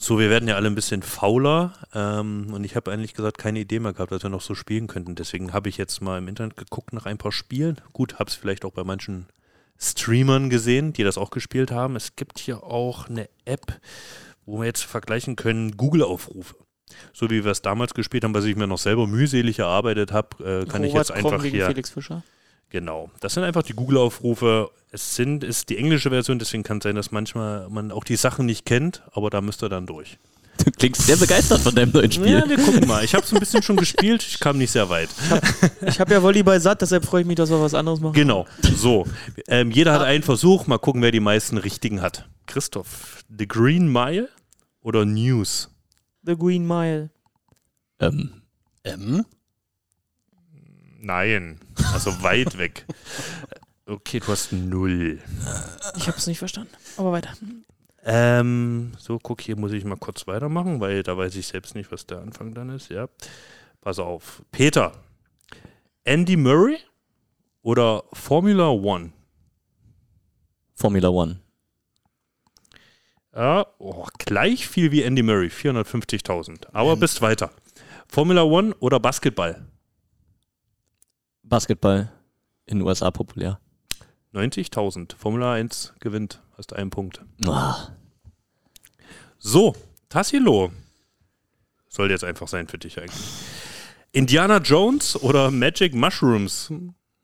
So, wir werden ja alle ein bisschen fauler und ich habe eigentlich gesagt keine Idee mehr gehabt, was wir noch so spielen könnten. Deswegen habe ich jetzt mal im Internet geguckt nach ein paar Spielen. Gut, habe es vielleicht auch bei manchen Streamern gesehen, die das auch gespielt haben. Es gibt hier auch eine App, wo wir jetzt vergleichen können, Google-Aufrufe. So wie wir es damals gespielt haben, was ich mir noch selber mühselig erarbeitet habe, kann ich jetzt einfach hier... Felix Fischer. Genau, das sind einfach die Google-Aufrufe. Ist die englische Version, deswegen kann es sein, dass manchmal man auch die Sachen nicht kennt, aber da müsst ihr dann durch. Du klingst sehr begeistert von deinem neuen Spiel. Ja, wir gucken mal. Ich habe es ein bisschen schon gespielt, ich kam nicht sehr weit. Ich habe ja Volleyball satt, deshalb freue ich mich, dass wir was anderes machen. Genau, so. Jeder hat einen Versuch, mal gucken, wer die meisten richtigen hat. Christoph, The Green Mile oder News? The Green Mile. Nein, also weit weg. Okay, du hast 0. Ich habe es nicht verstanden, aber weiter. So, guck, hier muss ich mal kurz weitermachen, weil da weiß ich selbst nicht, was der Anfang dann ist. Ja, pass auf. Peter, Andy Murray oder Formula One? Formula One. Ja, gleich viel wie Andy Murray, 450.000. Aber bist weiter. Formula One oder Basketball? Basketball in den USA populär. 90.000. Formula 1 gewinnt. Hast 1 Punkt. Ah. So, Tassilo. Soll jetzt einfach sein für dich eigentlich. Indiana Jones oder Magic Mushrooms?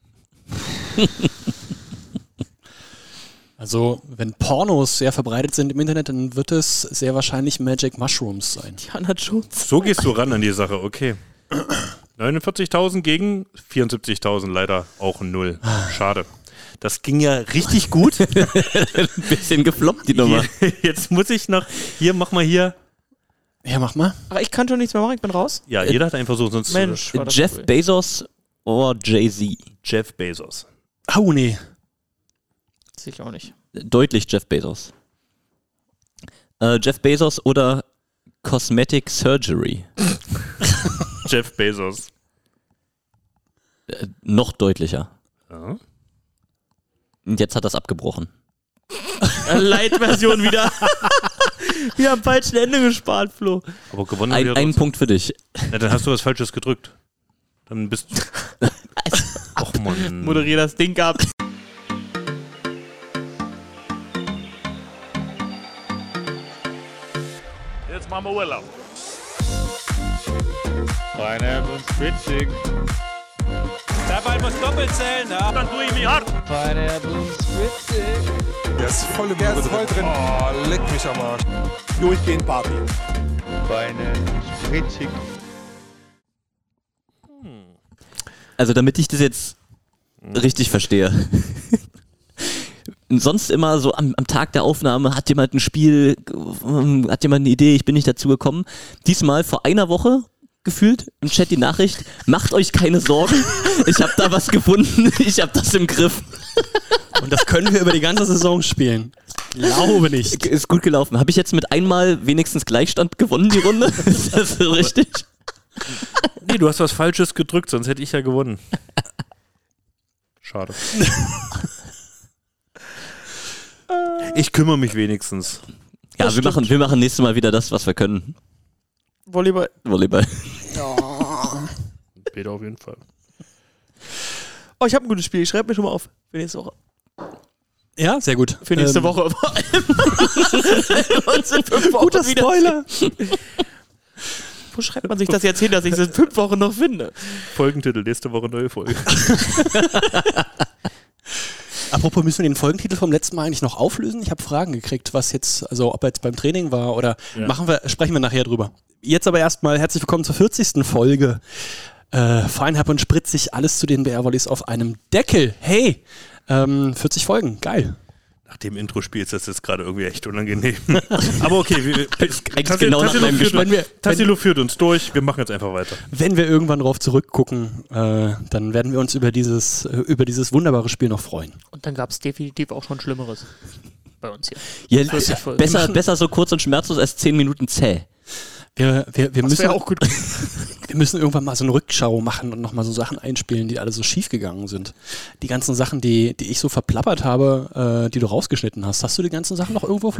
Also, wenn Pornos sehr verbreitet sind im Internet, dann wird es sehr wahrscheinlich Magic Mushrooms sein. Indiana Jones. So gehst du ran an die Sache, okay. 49.000 gegen 74.000, leider auch 0. Schade. Das ging ja richtig gut. Ein bisschen gefloppt, die Nummer. Jetzt muss ich noch, mach mal hier. Ja, mach mal. Ach, ich kann schon nichts mehr machen, ich bin raus. Ja, jeder hat einfach so, sonst Mensch, war das Jeff cool. Bezos oder Jay-Z? Jeff Bezos. Oh, nee. Sehe ich auch nicht. Deutlich Jeff Bezos. Jeff Bezos oder Cosmetic Surgery? Jeff Bezos. Noch deutlicher. Ja. Und jetzt hat das abgebrochen. Light-Version wieder. Wir haben falschen Ende gespart, Flo. Aber gewonnen Ein Punkt für dich. Ja, dann hast du was Falsches gedrückt. Dann bist du... Och Mann. Moderier das Ding ab. Jetzt machen wir Urlaub. Pineapple Spritzig. Der Ball muss doppelt zählen, ja? Dann tue ich mich hart. Pineapple Spritzig. Der ist voll drin. Oh, leck mich am Arsch. Durchgehend Party. Pineapple Spritzig. Also damit ich das jetzt richtig verstehe. Sonst immer so am Tag der Aufnahme hat jemand ein Spiel, hat jemand eine Idee, ich bin nicht dazu gekommen. Diesmal vor einer Woche gefühlt im Chat die Nachricht, macht euch keine Sorgen, ich habe da was gefunden, ich habe das im Griff. Und das können wir über die ganze Saison spielen. Glaube nicht. Ist gut gelaufen. Habe ich jetzt mit einmal wenigstens Gleichstand gewonnen, die Runde? Ist das so richtig? Nee, du hast was Falsches gedrückt, sonst hätte ich ja gewonnen. Schade. Ich kümmere mich wenigstens. Ja, wir machen nächstes Mal wieder das, was wir können. Volleyball. Peter auf jeden Fall. Oh, ich habe ein gutes Spiel. Ich schreibe mir schon mal auf. Für nächste Woche. Ja, sehr gut. Für nächste Woche. Und sind 5 Wochen Guter Spoiler. Wo schreibt man sich das jetzt hin, dass ich es in 5 Wochen noch finde? Folgentitel, nächste Woche neue Folge. Apropos, müssen wir den Folgentitel vom letzten Mal eigentlich noch auflösen? Ich habe Fragen gekrigt, was jetzt, also ob er jetzt beim Training war oder sprechen wir nachher drüber. Jetzt aber erstmal herzlich willkommen zur 40. Folge. Feinherb und spritzig, alles zu den BR-Volleys auf einem Deckel. Hey, 40 Folgen, geil. Nach dem Intro-Spiel ist das jetzt gerade irgendwie echt unangenehm. Aber okay, Tassilo führt uns durch, wir machen jetzt einfach weiter. Wenn wir irgendwann drauf zurückgucken, dann werden wir uns über dieses wunderbare Spiel noch freuen. Und dann gab es definitiv auch schon Schlimmeres bei uns hier. Ja, besser so kurz und schmerzlos als 10 Minuten zäh. Wir müssen auch gut. Wir müssen irgendwann mal so eine Rückschau machen und nochmal so Sachen einspielen, die alle so schief gegangen sind. Die ganzen Sachen, die ich so verplappert habe, die du rausgeschnitten hast. Hast du die ganzen Sachen noch irgendwo, Flo?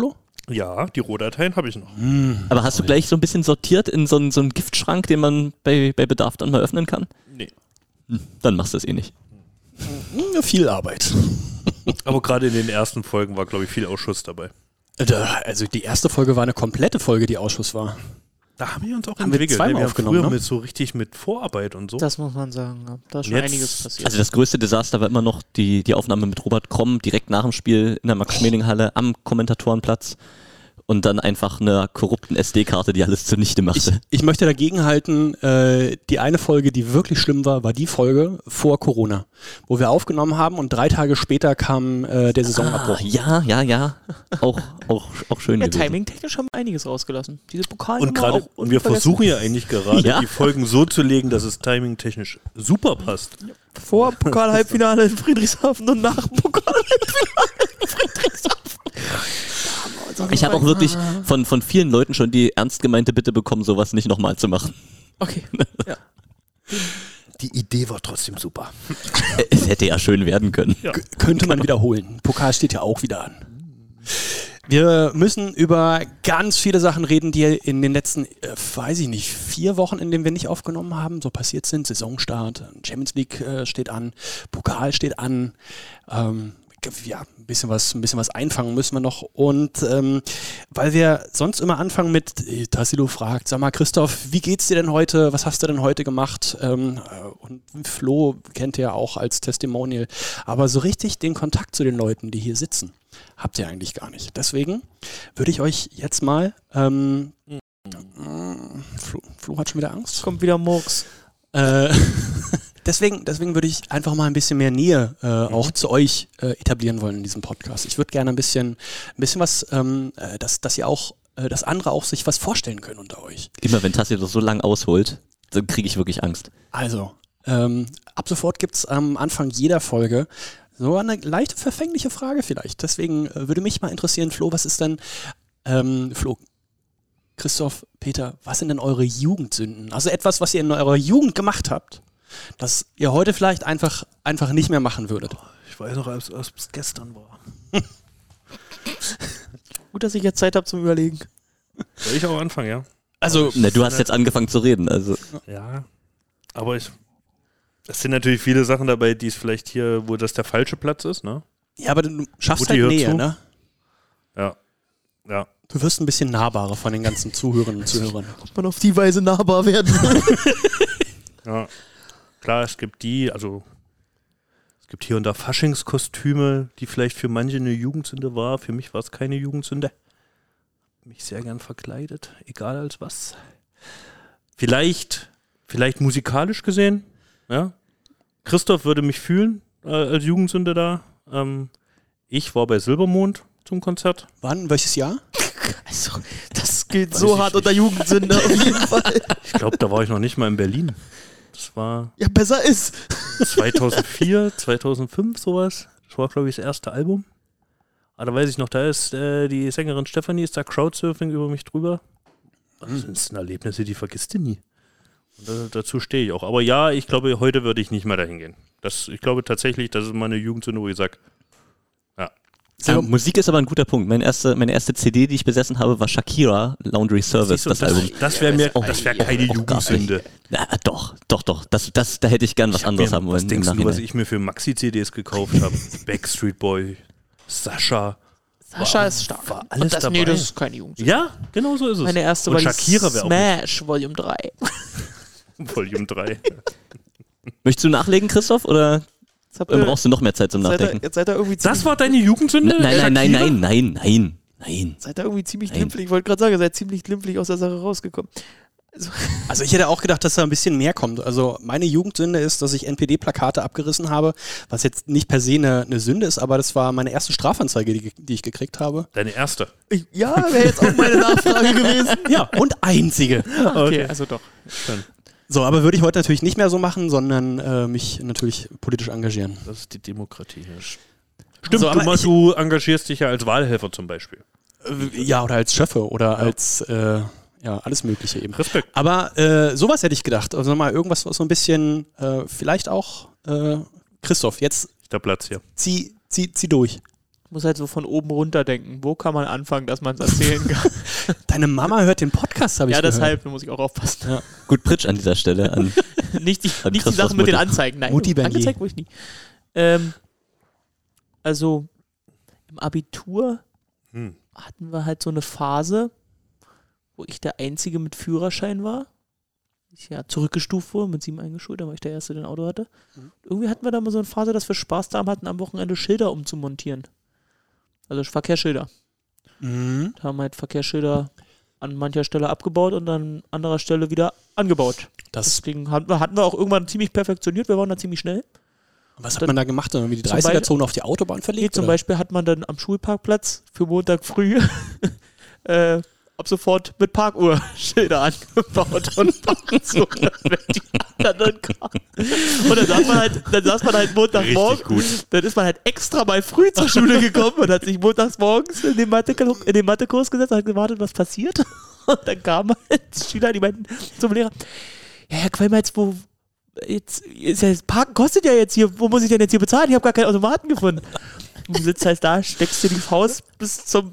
Ja, die Rohdateien habe ich noch. Aber hast du gleich so ein bisschen sortiert in so einen Giftschrank, den man bei Bedarf dann mal öffnen kann? Nee. Dann machst du das eh nicht. Viel Arbeit. Aber gerade in den ersten Folgen war, glaube ich, viel Ausschuss dabei. Also die erste Folge war eine komplette Folge, die Ausschuss war. Da haben wir uns auch Haben wir entwickelt. zweimal Wir aufgenommen, früher ne? mit so richtig mit Vorarbeit und so. Das muss man sagen. Ja. Da ist schon Jetzt- einiges passiert. Also das größte Desaster war immer noch die Aufnahme mit Robert Kromm direkt nach dem Spiel in der Max-Schmeling-Halle am Kommentatorenplatz und dann einfach einer korrupten SD-Karte, die alles zunichte machte. Ich möchte dagegen halten, die eine Folge, die wirklich schlimm war die Folge vor Corona, wo wir aufgenommen haben und 3 Tage später kam der Saisonabbruch. Ja. Auch schön Ja, gewesen. timing-technisch haben wir einiges rausgelassen. Diese Pokal Und gerade, und wir versuchen ja eigentlich gerade, Ja. die Folgen so zu legen, dass es timingtechnisch super passt. vor Pokal-Halbfinale in Friedrichshafen und nach dem Pokal-Halbfinale in Friedrichshafen. Ich habe auch wirklich von vielen Leuten schon die ernst gemeinte Bitte bekommen, sowas nicht nochmal zu machen. Okay. Ja. Die Idee war trotzdem super. Es hätte ja schön werden können. Ja. Könnte man wiederholen. Pokal steht ja auch wieder an. Wir müssen über ganz viele Sachen reden, die in den letzten, 4 Wochen, in denen wir nicht aufgenommen haben, so passiert sind. Saisonstart, Champions League steht an, Pokal steht an. Ja, ein bisschen was einfangen müssen wir noch. Und weil wir sonst immer anfangen mit, Tassilo fragt, sag mal Christoph, wie geht's dir denn heute? Was hast du denn heute gemacht? Und Flo kennt ihr ja auch als Testimonial. Aber so richtig den Kontakt zu den Leuten, die hier sitzen, habt ihr eigentlich gar nicht. Deswegen würde ich euch jetzt mal, Flo hat schon wieder Angst. Kommt wieder Murks. Deswegen würde ich einfach mal ein bisschen mehr Nähe auch zu euch etablieren wollen in diesem Podcast. Ich würde gerne ein bisschen was, dass ihr auch, dass andere auch sich was vorstellen können unter euch. Immer wenn Tassi das so lang ausholt, dann kriege ich wirklich Angst. Also, ab sofort gibt es am Anfang jeder Folge so eine leichte verfängliche Frage vielleicht. Deswegen würde mich mal interessieren, Flo, was ist denn, Flo, Christoph, Peter, was sind denn eure Jugendsünden? Also etwas, was ihr in eurer Jugend gemacht habt, das ihr heute vielleicht einfach nicht mehr machen würdet. Ich weiß noch, als es gestern war. Gut, dass ich jetzt Zeit habe zum Überlegen. Soll ich auch anfangen, ja? Also, Ne, du hast jetzt angefangen zu reden, also. Ja, aber es sind natürlich viele Sachen dabei, die es vielleicht hier, wo das der falsche Platz ist, ne? ja, aber du schaffst Mutti, halt hör Nähe, zu. ne? Ja. Du wirst ein bisschen nahbarer von den ganzen Zuhörerinnen und Zuhörern. Ob man auf die Weise nahbar werden will. Ja. Klar, es gibt hier und da Faschingskostüme, die vielleicht für manche eine Jugendsünde war. Für mich war es keine Jugendsünde. Mich sehr gern verkleidet, egal als was. Vielleicht musikalisch gesehen, ja. Christoph würde mich fühlen als Jugendsünde da. Ich war bei Silbermond zum Konzert. Wann? Welches Jahr? Also, das gilt so hart unter Jugendsünde auf jeden Fall. Ich glaube, da war ich noch nicht mal in Berlin. Das war Ja, besser ist. 2004, 2005 sowas. Das war, glaube ich, das erste Album. Aber da weiß ich noch, da ist die Sängerin Stefanie, ist da Crowdsurfing über mich drüber. Das sind Erlebnisse, die vergisst du nie. Und dazu stehe ich auch. Aber ja, ich glaube, heute würde ich nicht mehr dahin gehen. Ich glaube tatsächlich, das ist meine Jugendsünde, wo ich sage, Musik ist aber ein guter Punkt. Meine erste CD, die ich besessen habe, war Shakira, Laundry Service, das Album. das wäre keine Jugendsünde. Ja, doch. Da hätte ich gern was anderes haben wollen. Was denkst du, was ich mir für Maxi-CDs gekauft habe? Backstreet Boy, Sascha. Sascha ist stark. War alles Und das, dabei. nee, das ist keine Jugendsünde. Ja, genau so ist es. Meine erste Und war die Shakira wäre auch Smash Volume 3. Volume 3. Möchtest du nachlegen, Christoph, oder Jetzt habt ihr- brauchst du noch mehr Zeit zum Nachdenken? Jetzt seid ihr irgendwie Das war deine Jugendsünde? Nein. Seid ihr irgendwie ziemlich Nein. glimpflich, ich wollte gerade sagen, ihr seid ziemlich glimpflich aus der Sache rausgekommen. Also ich hätte auch gedacht, dass da ein bisschen mehr kommt. Also meine Jugendsünde ist, dass ich NPD-Plakate abgerissen habe, was jetzt nicht per se eine Sünde ist, aber das war meine erste Strafanzeige, die ich gekriegt habe. Deine erste. Ja, wäre jetzt auch meine Nachfrage gewesen. Ja, und einzige. Okay, also doch. So, aber würde ich heute natürlich nicht mehr so machen, sondern mich natürlich politisch engagieren. Das ist die Demokratie. Stimmt, So, aber du engagierst dich ja als Wahlhelfer zum Beispiel. Ja, oder als Schöffe oder als alles Mögliche eben. Respekt. Aber sowas hätte ich gedacht. Also mal irgendwas, was so ein bisschen, vielleicht auch, Christoph, jetzt Ist der Platz hier. zieh durch. Ich muss halt so von oben runter denken. Wo kann man anfangen, dass man es erzählen kann? Deine Mama hört den Podcast, habe ich gehört. Ja, deshalb muss ich auch aufpassen. Ja. Gut, Pritsch an dieser Stelle. nicht die Christophs Sachen mit den Mutti. Anzeigen. Nein, Mutti Berlin. angezeigt wurde ich nie. Also im Abitur hatten wir halt so eine Phase, wo ich der Einzige mit Führerschein war. Ich ja zurückgestuft wurde, mit 7 eingeschult, da war ich der Erste, der ein Auto hatte. Irgendwie hatten wir da mal so eine Phase, dass wir Spaß daran hatten, am Wochenende Schilder umzumontieren. Also Verkehrsschilder. Da haben wir halt Verkehrsschilder an mancher Stelle abgebaut und an anderer Stelle wieder angebaut. Deswegen hatten wir auch irgendwann ziemlich perfektioniert, wir waren da ziemlich schnell. Was hat man da gemacht? Irgendwie die 30er-Zone auf die Autobahn verlegt? Zum Beispiel hat man dann am Schulparkplatz für Montag früh ab sofort mit Parkuhr-Schilder angebaut und Parkzone, wenn die anderen kamen. Und dann saß man halt Montagmorgen, dann ist man halt extra mal früh zur Schule gekommen und hat sich montags morgens in den Mathekurs gesetzt und hat gewartet, was passiert. Und dann kamen halt Schüler, die meinten zum Lehrer, ja, Herr Quellmer, jetzt ist ja das Parken kostet ja jetzt hier, wo muss ich denn jetzt hier bezahlen? Ich habe gar keinen Automaten gefunden. Und du sitzt halt da, steckst dir die Faust bis zur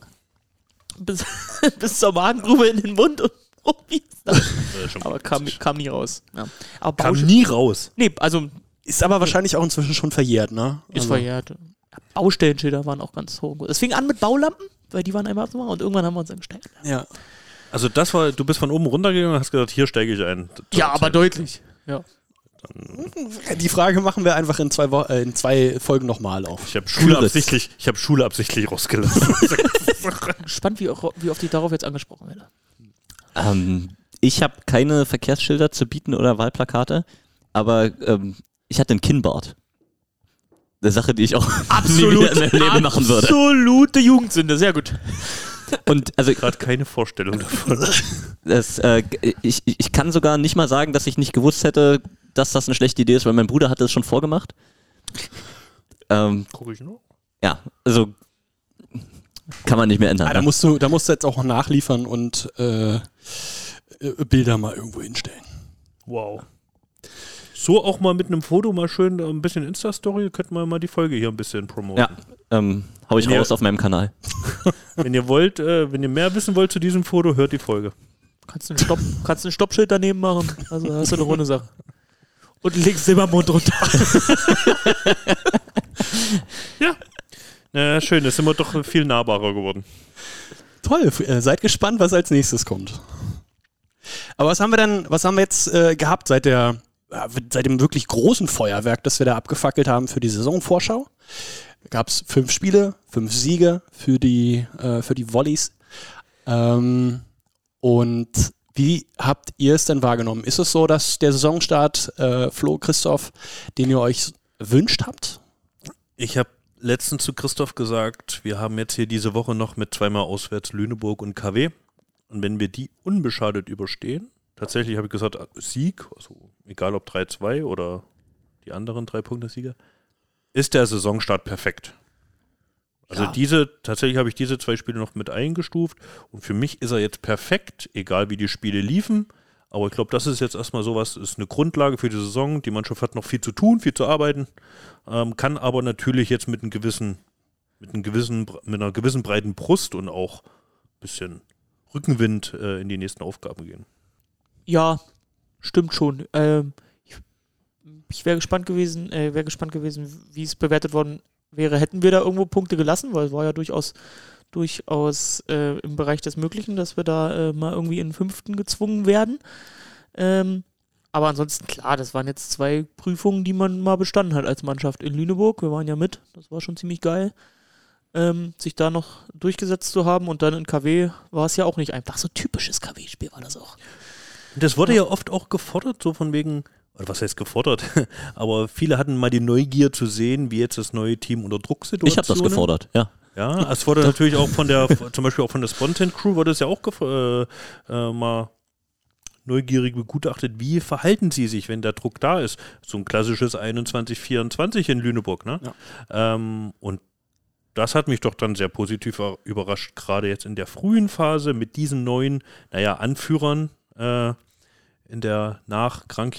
Magengrube in den Mund und aber kam nie raus. Ja. Aber Kam nie raus. Nee, also ist aber wahrscheinlich auch inzwischen schon verjährt, ne? Ist verjährt. Baustellenschilder waren auch ganz hoch. Es fing an mit Baulampen, weil die waren einmal abzumachen und irgendwann haben wir uns dann gesteckt. Ja. Also du bist von oben runtergegangen und hast gesagt, hier steige ich ein. Ja, aber deutlich. Ja. Die Frage machen wir einfach in 2 Folgen nochmal auf. Ich habe Schule absichtlich rausgelassen. Spannend, wie oft ich darauf jetzt angesprochen werde. Ich habe keine Verkehrsschilder zu bieten oder Wahlplakate, aber ich hatte einen Kinnbart. Eine Sache, die ich auch nie wieder in meinem Leben machen würde. Absolute Jugendsünde, sehr gut. Und also gerade keine Vorstellung davon. Ich kann sogar nicht mal sagen, dass ich nicht gewusst hätte, dass das eine schlechte Idee ist, weil mein Bruder hatte es schon vorgemacht. Guck ich noch? Ja, also kann man nicht mehr ändern. Da musst du jetzt auch nachliefern und Bilder mal irgendwo hinstellen. Wow. So auch mal mit einem Foto mal schön ein bisschen Insta-Story, könnten wir mal die Folge hier ein bisschen promoten. Ja, hau ich raus auf meinem Kanal. Wenn ihr wollt, wenn ihr mehr wissen wollt zu diesem Foto, hört die Folge. Kannst du ein Stoppschild daneben machen, also hast du eine runde Sache. Und legst Silbermond runter. Ja. Schön, jetzt sind wir doch viel nahbarer geworden. Toll, seid gespannt, was als nächstes kommt. Aber was haben wir jetzt gehabt seit dem wirklich großen Feuerwerk, das wir da abgefackelt haben für die Saisonvorschau? Gab es 5 Spiele, 5 Siege für die Volleys. Und wie habt ihr es denn wahrgenommen? Ist es so, dass der Saisonstart, Flo, Christoph, den ihr euch wünscht habt? Ich habe letztens zu Christoph gesagt, wir haben jetzt hier diese Woche noch mit 2-mal auswärts Lüneburg und KW. Und wenn wir die unbeschadet überstehen, tatsächlich habe ich gesagt, Sieg, also egal ob 3-2 oder die anderen 3-Punkte-Sieger, ist der Saisonstart perfekt. Also tatsächlich habe ich diese 2 Spiele noch mit eingestuft und für mich ist er jetzt perfekt, egal wie die Spiele liefen. Aber ich glaube, das ist jetzt erstmal sowas, ist eine Grundlage für die Saison. Die Mannschaft hat noch viel zu tun, viel zu arbeiten, kann aber natürlich jetzt mit einer gewissen breiten Brust und auch ein bisschen Rückenwind in die nächsten Aufgaben gehen. Ja, stimmt schon. Ich wäre gespannt gewesen, wie es bewertet worden wäre. Hätten wir da irgendwo Punkte gelassen, weil es war ja durchaus im Bereich des Möglichen, dass wir da mal irgendwie in den 5. gezwungen werden. Aber ansonsten, klar, das waren jetzt 2 Prüfungen, die man mal bestanden hat als Mannschaft in Lüneburg. Wir waren ja mit, das war schon ziemlich geil. Sich da noch durchgesetzt zu haben und dann in KW war es ja auch nicht einfach. So typisches KW-Spiel war das auch. Und das wurde ja oft auch gefordert, so von wegen, oder was heißt gefordert, aber viele hatten mal die Neugier zu sehen, wie jetzt das neue Team unter Drucksituationen. Ich habe das gefordert, ja. Ja, es wurde natürlich auch zum Beispiel auch von der Spontan Crew wurde es ja auch mal neugierig begutachtet, wie verhalten sie sich, wenn der Druck da ist. So ein klassisches 21-24 in Lüneburg, ne? Ja. Und das hat mich doch dann sehr positiv überrascht, gerade jetzt in der frühen Phase mit diesen neuen, Anführern in der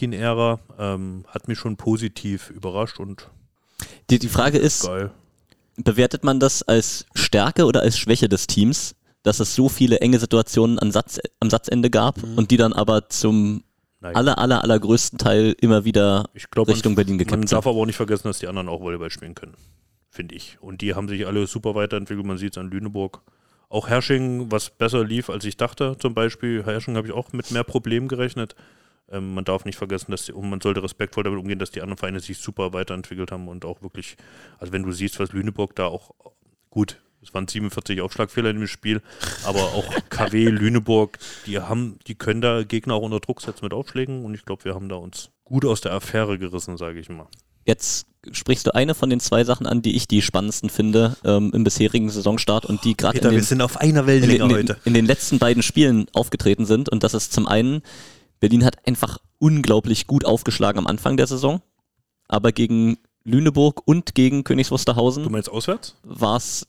Nach-Krankin-Ära, hat mich schon positiv überrascht und die Frage ist, geil. bewertet man das als Stärke oder als Schwäche des Teams, dass es so viele enge Situationen am Satzende gab und die dann aber zum allergrößten Teil immer wieder Richtung Berlin gekippt sind? Man darf aber auch nicht vergessen, dass die anderen auch Volleyball spielen können, finde ich. Und die haben sich alle super weiterentwickelt, man sieht es an Lüneburg. Auch Herrsching, was besser lief, als ich dachte, zum Beispiel. Herrsching habe ich auch mit mehr Problemen gerechnet. Man darf nicht vergessen, und man sollte respektvoll damit umgehen, dass die anderen Vereine sich super weiterentwickelt haben und auch wirklich, also wenn du siehst, was Lüneburg da auch, gut, es waren 47 Aufschlagfehler in dem Spiel, aber auch KW, Lüneburg, die können da Gegner auch unter Druck setzen mit Aufschlägen und ich glaube, wir haben da uns gut aus der Affäre gerissen, sage ich mal. Jetzt sprichst du eine von den 2 Sachen an, die ich die spannendsten finde im bisherigen Saisonstart und die gerade wir sind auf einer Wellenlänge heute. In den letzten beiden Spielen aufgetreten sind. Und das ist zum einen, Berlin hat einfach unglaublich gut aufgeschlagen am Anfang der Saison, aber gegen Lüneburg und gegen Königs Wusterhausen. Du meinst auswärts? War es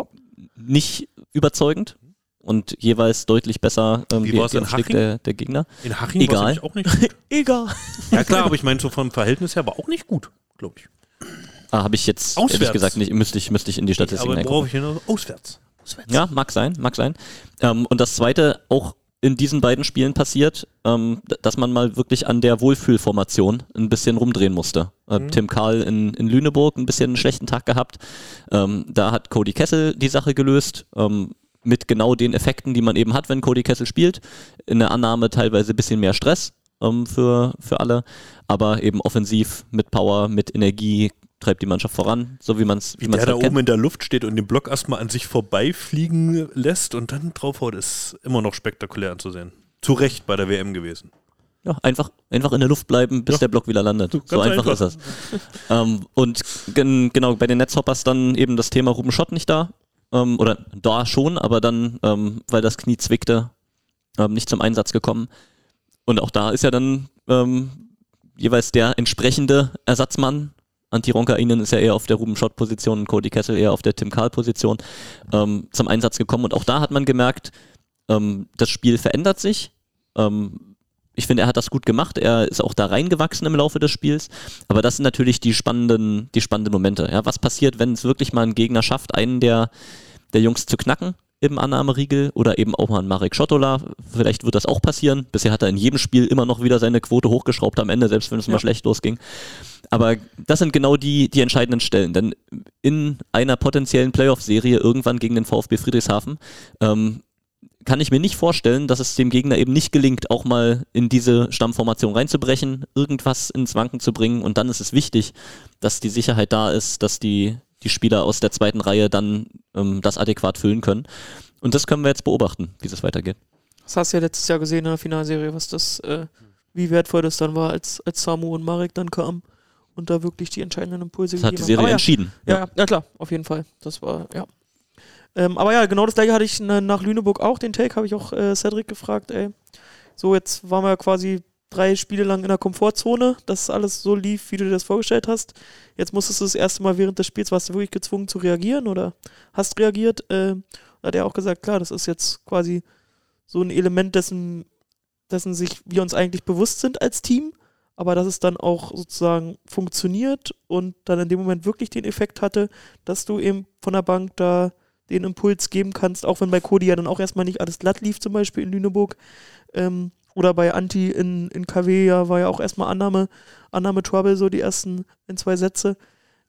nicht überzeugend und jeweils deutlich besser Wie war es in Haching? Der Gegner. In Haching war es auch nicht gut. Egal. Ja klar, aber ich meine, so vom Verhältnis her war auch nicht gut, glaube ich. Habe ich jetzt ehrlich gesagt nicht, müsste ich in die Statistiken aber brauche ich hier noch auswärts. Ja, mag sein. Und das Zweite, auch in diesen beiden Spielen passiert, dass man mal wirklich an der Wohlfühlformation ein bisschen rumdrehen musste. Tim Karl in Lüneburg ein bisschen einen schlechten Tag gehabt. Da hat Cody Kessel die Sache gelöst. Mit genau den Effekten, die man eben hat, wenn Cody Kessel spielt. In der Annahme teilweise ein bisschen mehr Stress für alle, aber eben offensiv mit Power, mit Energie treibt die Mannschaft voran, so wie man es kennt. Wie der da oben in der Luft steht und den Block erstmal an sich vorbeifliegen lässt und dann draufhaut, ist immer noch spektakulär anzusehen. Zu Recht bei der WM gewesen. Ja, einfach in der Luft bleiben, bis der Block wieder landet. So einfach ist das. Und genau, bei den Netzhoppers dann eben das Thema Ruben Schott nicht da. Oder da schon, aber dann, weil das Knie zwickte, nicht zum Einsatz gekommen. Und auch da ist ja dann jeweils der entsprechende Ersatzmann. Antti Ronkainen ist ja eher auf der Ruben Schott-Position und Cody Kessel eher auf der Tim Karl-Position zum Einsatz gekommen. Und auch da hat man gemerkt, das Spiel verändert sich. Ich finde, er hat das gut gemacht. Er ist auch da reingewachsen im Laufe des Spiels. Aber das sind natürlich die spannenden Momente. Ja, was passiert, wenn es wirklich mal ein Gegner schafft, einen der Jungs zu knacken im Annahmeriegel oder eben auch mal ein Marek Schottola. Vielleicht wird das auch passieren. Bisher hat er in jedem Spiel immer noch wieder seine Quote hochgeschraubt am Ende, selbst wenn es mal schlecht losging. Aber das sind genau die entscheidenden Stellen. Denn in einer potenziellen Playoff-Serie irgendwann gegen den VfB Friedrichshafen kann ich mir nicht vorstellen, dass es dem Gegner eben nicht gelingt, auch mal in diese Stammformation reinzubrechen, irgendwas ins Wanken zu bringen. Und dann ist es wichtig, dass die Sicherheit da ist, dass die Spieler aus der zweiten Reihe dann das adäquat füllen können. Und das können wir jetzt beobachten, wie es weitergeht. Das hast du ja letztes Jahr gesehen in der Finalserie, was das, wie wertvoll das dann war, als Samu und Marek dann kamen und da wirklich die entscheidenden Impulse gegeben haben. Das hat die Serie entschieden. Ja, klar, auf jeden Fall. Das war, ja. Aber ja, genau das gleiche hatte ich nach Lüneburg auch. Den Take habe ich auch Cedric gefragt, so, jetzt waren wir quasi 3 Spiele lang in der Komfortzone, dass alles so lief, wie du dir das vorgestellt hast. Jetzt musstest du das erste Mal während des Spiels, warst du wirklich gezwungen zu reagieren oder hast reagiert? Hat er auch gesagt, klar, das ist jetzt quasi so ein Element, dessen wir uns eigentlich bewusst sind als Team, aber dass es dann auch sozusagen funktioniert und dann in dem Moment wirklich den Effekt hatte, dass du eben von der Bank da den Impuls geben kannst, auch wenn bei Cody ja dann auch erstmal nicht alles glatt lief, zum Beispiel in Lüneburg. Oder bei Antti in KW ja, war ja auch erstmal Annahme-Trouble, so die ersten 2 Sätze.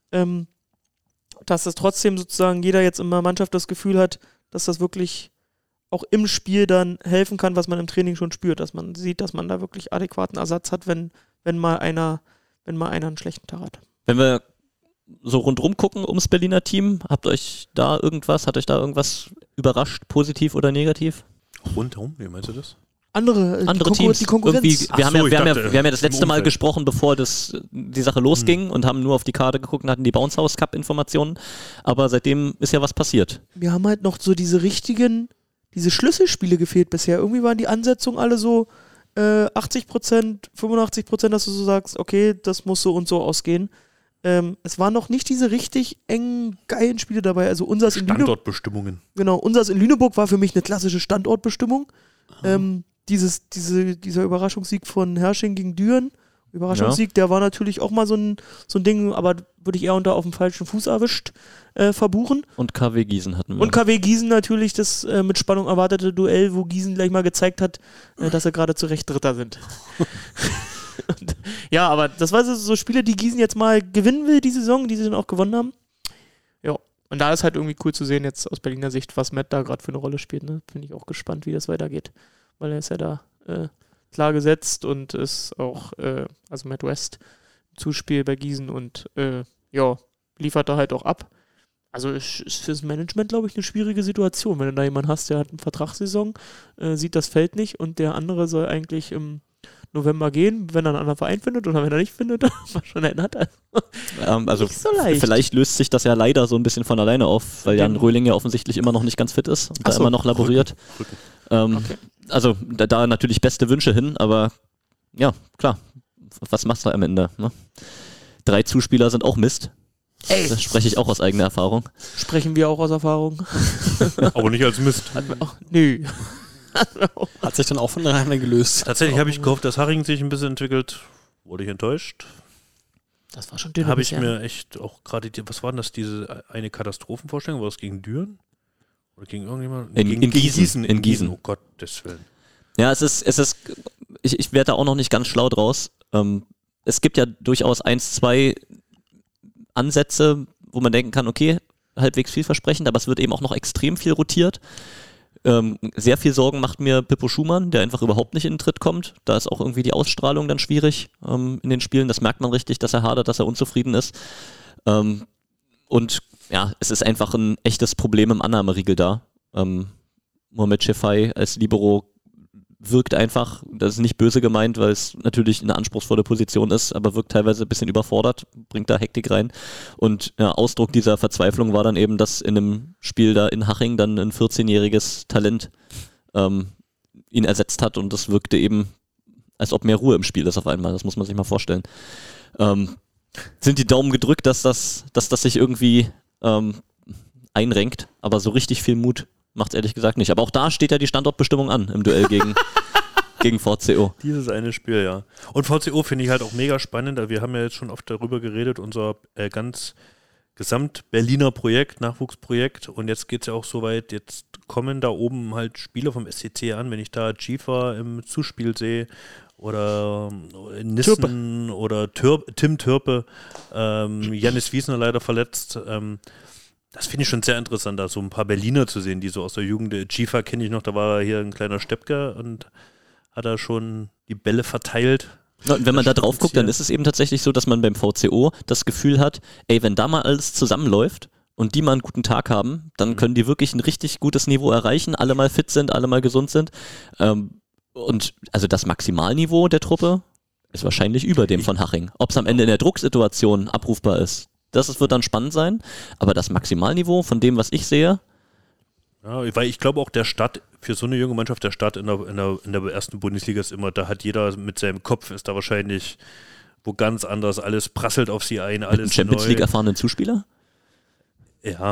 Dass es trotzdem sozusagen jeder jetzt in der Mannschaft das Gefühl hat, dass das wirklich auch im Spiel dann helfen kann, was man im Training schon spürt, dass man sieht, dass man da wirklich adäquaten Ersatz hat, wenn mal einer einen schlechten Tag hat. Wenn wir so rundrum gucken ums Berliner Team, hat euch da irgendwas überrascht, positiv oder negativ? Rundherum, wie meinst du das? Andere Teams. Die Konkurrenz. Wir haben ja das letzte Mal gesprochen, bevor die Sache losging und haben nur auf die Karte geguckt und hatten die Bounce House Cup Informationen. Aber seitdem ist ja was passiert. Wir haben halt noch so diese Schlüsselspiele gefehlt bisher. Irgendwie waren die Ansetzungen alle so 80%, 85%, dass du so sagst, okay, das muss so und so ausgehen. Es waren noch nicht diese richtig engen, geilen Spiele dabei. Also unseres in Standortbestimmungen. Genau, unseres in Lüneburg war für mich eine klassische Standortbestimmung. Dieser Überraschungssieg von Herrsching gegen Düren Überraschungssieg, der war natürlich auch mal so ein Ding, aber würde ich eher unter auf dem falschen Fuß erwischt verbuchen. Und KW Gießen hatten wir. Und KW Gießen natürlich das mit Spannung erwartete Duell, wo Gießen gleich mal gezeigt hat, dass sie gerade zu Recht Dritter sind. Und, ja, aber das war so Spiele, die Gießen jetzt mal gewinnen will, die Saison, die sie dann auch gewonnen haben. Ja, und da ist halt irgendwie cool zu sehen jetzt aus Berliner Sicht, was Matt da gerade für eine Rolle spielt. Ne? Bin ich auch gespannt, wie das weitergeht, weil er ist ja da klar gesetzt und ist auch, also Matt West, Zuspiel bei Gießen und liefert da halt auch ab. Also ist fürs Management, glaube ich, eine schwierige Situation, wenn du da jemanden hast, der hat eine Vertragssaison, sieht das Feld nicht und der andere soll eigentlich im November gehen, wenn er einen anderen Verein findet oder wenn er nicht findet, was schon einen hat. Also nicht so leicht. Vielleicht löst sich das ja leider so ein bisschen von alleine auf, weil Jan Röhling ja offensichtlich immer noch nicht ganz fit ist und da immer noch laboriert. Rücken. Also da natürlich beste Wünsche hin, aber ja, klar, was machst du am Ende? Ne? 3 Zuspieler sind auch Mist. Ey. Das spreche ich auch aus eigener Erfahrung. Sprechen wir auch aus Erfahrung. Aber nicht als Mist. Nö. Hat sich dann auch von alleine gelöst. Tatsächlich habe ich gehofft, dass Haring sich ein bisschen entwickelt. Wurde ich enttäuscht. Das war schon dünn. Habe ich mir echt auch gerade, was war denn das, diese eine Katastrophenvorstellung? War das gegen Düren? Oder gegen irgendjemand? In Gießen. In Gießen. Oh Gottes Willen. Ja, ich werde da auch noch nicht ganz schlau draus. Es gibt ja durchaus 1, 2 Ansätze, wo man denken kann, okay, halbwegs vielversprechend, aber es wird eben auch noch extrem viel rotiert. Sehr viel Sorgen macht mir Pippo Schumann, der einfach überhaupt nicht in den Tritt kommt. Da ist auch irgendwie die Ausstrahlung dann schwierig in den Spielen. Das merkt man richtig, dass er hadert, dass er unzufrieden ist. Und ja, es ist einfach ein echtes Problem im Annahmeriegel da. Mohamed Shefai als Libero wirkt einfach, das ist nicht böse gemeint, weil es natürlich eine anspruchsvolle Position ist, aber wirkt teilweise ein bisschen überfordert, bringt da Hektik rein. Und ja, Ausdruck dieser Verzweiflung war dann eben, dass in einem Spiel da in Haching dann ein 14-jähriges Talent ihn ersetzt hat und das wirkte eben, als ob mehr Ruhe im Spiel ist auf einmal. Das muss man sich mal vorstellen. Sind die Daumen gedrückt, dass das sich irgendwie einrenkt, aber so richtig viel Mut macht es ehrlich gesagt nicht. Aber auch da steht ja die Standortbestimmung an im Duell gegen VCO. Dieses eine Spiel, ja. Und VCO finde ich halt auch mega spannend. Wir haben ja jetzt schon oft darüber geredet, unser ganz Gesamt-Berliner Projekt, Nachwuchsprojekt. Und jetzt geht es ja auch so weit, jetzt kommen da oben halt Spieler vom SCC an. Wenn ich da Schiefer im Zuspiel sehe oder Nissen oder Tim Türpe, Jannis Wiesner leider verletzt, das finde ich schon sehr interessant, da so ein paar Berliner zu sehen, die so aus der Jugend, Schiefer kenne ich noch, da war hier ein kleiner Steppke und hat da schon die Bälle verteilt. Ja, und wenn man da drauf guckt, dann ist es eben tatsächlich so, dass man beim VCO das Gefühl hat, ey, wenn da mal alles zusammenläuft und die mal einen guten Tag haben, dann können die wirklich ein richtig gutes Niveau erreichen, alle mal fit sind, alle mal gesund sind. Und also das Maximalniveau der Truppe ist wahrscheinlich über dem von Haching. Ob es am Ende in der Drucksituation abrufbar ist, das wird dann spannend sein, aber das Maximalniveau von dem, was ich sehe. Ja, weil ich glaube auch, der Start für so eine junge Mannschaft, der Start in der ersten Bundesliga ist immer, da hat jeder mit seinem Kopf, ist da wahrscheinlich wo ganz anders, alles prasselt auf sie ein, alles mit einem Champions League erfahrenen Zuspieler? Ja,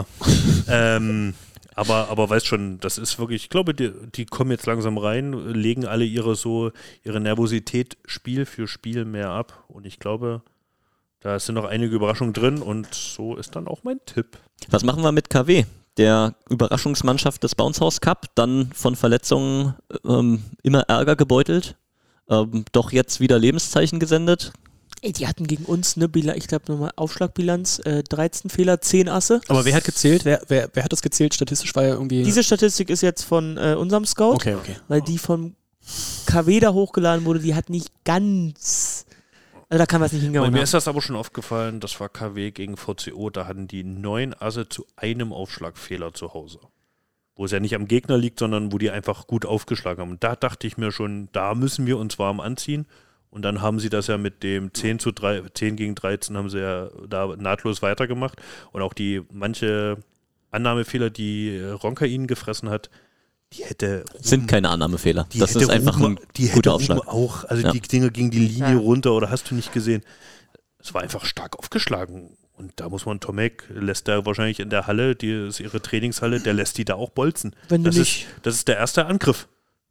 aber weißt schon, das ist wirklich, ich glaube, die kommen jetzt langsam rein, legen alle ihre Nervosität Spiel für Spiel mehr ab und ich glaube, da sind noch einige Überraschungen drin und so ist dann auch mein Tipp. Was machen wir mit KW? Der Überraschungsmannschaft des Bounce House Cup, dann von Verletzungen immer Ärger gebeutelt, doch jetzt wieder Lebenszeichen gesendet. Ey, die hatten gegen uns eine ich glaube nochmal Aufschlagbilanz, 13 Fehler, 10 Asse. Aber wer hat gezählt? Wer hat das gezählt? Statistisch war ja irgendwie... Diese Statistik ist jetzt von unserem Scout, okay. Weil die vom KW da hochgeladen wurde, die hat nicht ganz... Also da kann man es nicht hingehauen. Mir ist das aber schon aufgefallen, das war KW gegen VCO, da hatten die 9 Asse zu einem Aufschlagfehler zu Hause. Wo es ja nicht am Gegner liegt, sondern wo die einfach gut aufgeschlagen haben. Und da dachte ich mir schon, da müssen wir uns warm anziehen. Und dann haben sie das ja mit dem 10 gegen 13 haben sie ja da nahtlos weitergemacht. Und auch manche Annahmefehler, die Ronka ihnen gefressen hat, die hätte... Sind keine Annahmefehler. Das ist einfach ein guter Aufschlag. Auch, also die Dinger gingen die Linie runter oder hast du nicht gesehen. Es war einfach stark aufgeschlagen. Und da muss man, Tomek lässt da wahrscheinlich in der Halle, die ist ihre Trainingshalle, der lässt die da auch bolzen. Das ist der erste Angriff.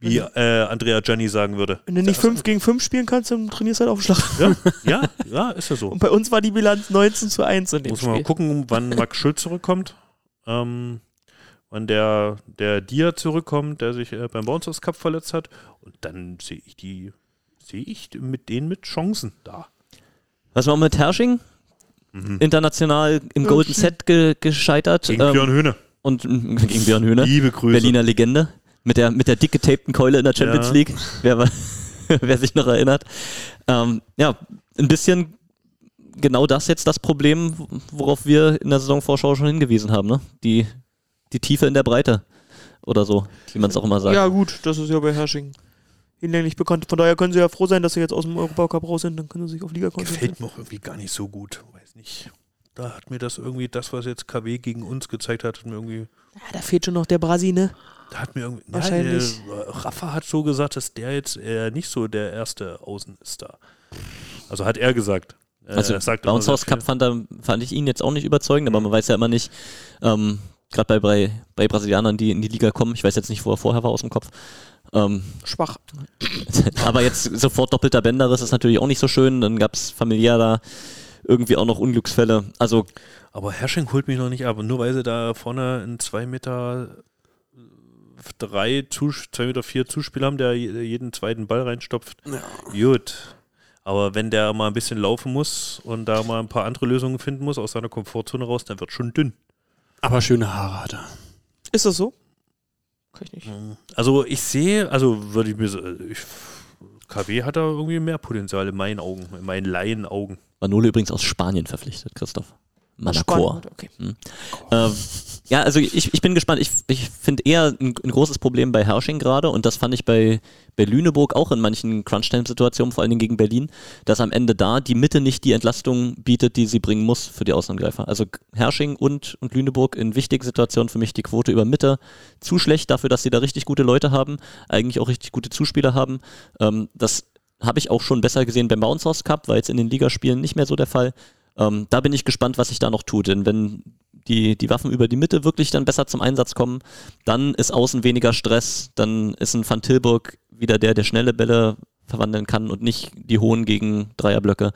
Wie Andrea Gianni sagen würde. Wenn du nicht 5 gegen 5 spielen kannst, dann trainierst du halt Aufschlag. Ja, ist ja so. Und bei uns war die Bilanz 19:1 in dem Muss Spiel. man mal gucken, wann Max Schulz zurückkommt. Wann der Dia zurückkommt, der sich beim Bouncers Cup verletzt hat. Und dann sehe ich mit denen mit Chancen da. Was war mit Herrsching? International im Golden Set gescheitert. Gegen Björn Höhne. Und gegen Björn Höhne. Liebe Grüße. Berliner Legende. Mit der dick getapten Keule in der Champions League. Wer sich noch erinnert. Ein bisschen genau das jetzt das Problem, worauf wir in der Saisonvorschau schon hingewiesen haben. Ne? Die Tiefe in der Breite. Oder so, wie man es auch immer sagt. Ja gut, das ist ja bei Herrsching hinlänglich bekannt. Von daher können sie ja froh sein, dass sie jetzt aus dem Europacup raus sind. Dann können sie sich auf Liga konzentrieren. Gefällt mir auch irgendwie gar nicht so gut. Weiß nicht. Da hat mir das irgendwie, das was jetzt KW gegen uns gezeigt hat mir irgendwie... Ja, da fehlt schon noch der Brasi, ne? Da hat mir irgendwie... Wahrscheinlich. Rafa hat so gesagt, dass der jetzt nicht so der erste Außen ist da. Also hat er gesagt. Also Bouncers Cup fand ich ihn jetzt auch nicht überzeugend, aber man weiß ja immer nicht, gerade bei Brasilianern, die in die Liga kommen, ich weiß jetzt nicht, wo er vorher war aus dem Kopf. Schwach. Aber jetzt sofort doppelter Bänderriss ist natürlich auch nicht so schön, dann gab es familiär da irgendwie auch noch Unglücksfälle. Also, aber Herrsching holt mich noch nicht ab, nur weil sie da vorne einen 2,3 Meter 2,4 Meter Zuspieler haben, der jeden zweiten Ball reinstopft. Ja. Gut. Aber wenn der mal ein bisschen laufen muss und da mal ein paar andere Lösungen finden muss aus seiner Komfortzone raus, dann wird schon dünn. Aber schöne Haare hat er. Ist das so? Kann ich nicht. Also ich sehe, würde ich mir so, KW hat da irgendwie mehr Potenzial in meinen Augen, in meinen Laienaugen. Manole übrigens aus Spanien verpflichtet, Christoph. Manacor. Okay. Ja, also ich bin gespannt. Ich finde eher ein großes Problem bei Herrsching gerade, und das fand ich bei Lüneburg auch in manchen Crunch-Time-Situationen, vor allen Dingen gegen Berlin, dass am Ende da die Mitte nicht die Entlastung bietet, die sie bringen muss für die Außenangreifer. Also Herrsching und Lüneburg in wichtigen Situationen für mich die Quote über Mitte zu schlecht dafür, dass sie da richtig gute Leute haben, eigentlich auch richtig gute Zuspieler haben. Das habe ich auch schon besser gesehen beim Bouncers Cup, war jetzt in den Ligaspielen nicht mehr so der Fall. Da bin ich gespannt, was sich da noch tut, denn wenn die Waffen über die Mitte wirklich dann besser zum Einsatz kommen, dann ist außen weniger Stress, dann ist ein Van Tilburg wieder der schnelle Bälle verwandeln kann und nicht die hohen gegen Dreierblöcke.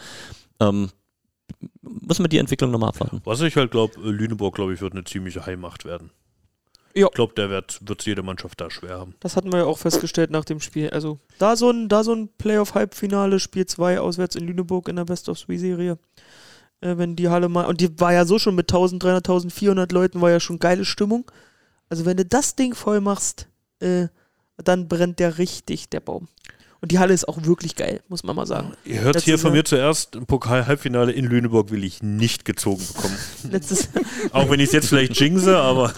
Müssen wir die Entwicklung nochmal abwarten. Was ich halt glaube, Lüneburg, glaube ich, wird eine ziemliche Heimmacht werden. Ja. Ich glaube, der wird jede Mannschaft da schwer haben. Das hatten wir ja auch festgestellt nach dem Spiel. Also da so ein Playoff-Halbfinale, Spiel 2 auswärts in Lüneburg in der Best-of-3-Serie. Wenn die Halle mal, und die war ja so schon mit 1300, 1400 Leuten, war ja schon geile Stimmung. Also wenn du das Ding voll machst, dann brennt der richtig, der Baum. Und die Halle ist auch wirklich geil, muss man mal sagen. Ihr hört hier von mir zuerst, im Pokal-Halbfinale in Lüneburg will ich nicht gezogen bekommen. Auch wenn ich es jetzt vielleicht jinxe, aber...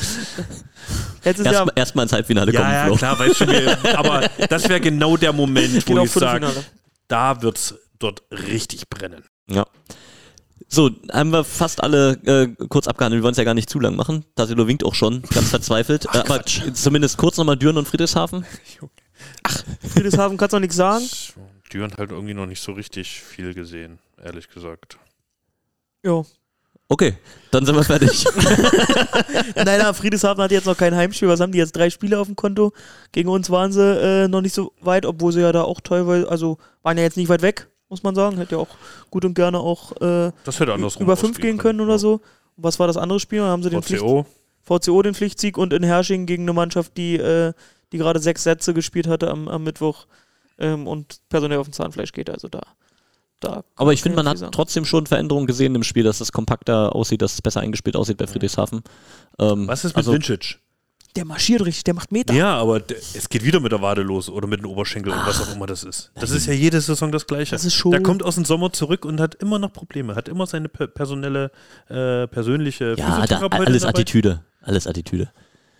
Erstmal ins Halbfinale kommen. Ja, klar, weiß schon. Aber das wäre genau der Moment, wo ich sage, da wird es dort richtig brennen. Ja. So, haben wir fast alle kurz abgehandelt. Wir wollen es ja gar nicht zu lang machen. Tassilo winkt auch schon, ganz verzweifelt. Aber zumindest kurz nochmal Düren und Friedrichshafen. Ach, Friedrichshafen kannst du noch nichts sagen? Düren halt irgendwie noch nicht so richtig viel gesehen, ehrlich gesagt. Jo. Okay, dann sind wir fertig. Nein, Friedrichshafen hat jetzt noch kein Heimspiel. Was haben die jetzt? 3 Spiele auf dem Konto? Gegen uns waren sie noch nicht so weit, obwohl sie ja da auch teilweise, also waren ja jetzt nicht weit weg, muss man sagen. Hätte ja auch gut und gerne auch das hätte andersrum über 5 gehen können oder so. Und was war das andere Spiel? Da haben sie VCO den Pflichtsieg und in Herrsching gegen eine Mannschaft, die gerade 6 Sätze gespielt hatte am Mittwoch und personell auf dem Zahnfleisch geht. Also da aber ich finde, man hat trotzdem schon Veränderungen gesehen im Spiel, dass es kompakter aussieht, dass es besser eingespielt aussieht bei Friedrichshafen. Was ist mit Vincic? Der marschiert richtig, der macht Meter. Ja, aber es geht wieder mit der Wade los oder mit dem Oberschenkel und was auch immer das ist. Das ist ja jede Saison das Gleiche. Das ist schon. Der kommt aus dem Sommer zurück und hat immer noch Probleme, hat immer seine persönliche Physiotherapeutin alles dabei. Alles Attitüde.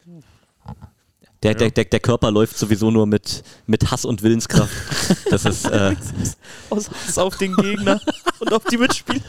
Der Körper läuft sowieso nur mit Hass und Willenskraft. Das ist aus Hass auf den Gegner und auf die Mitspieler.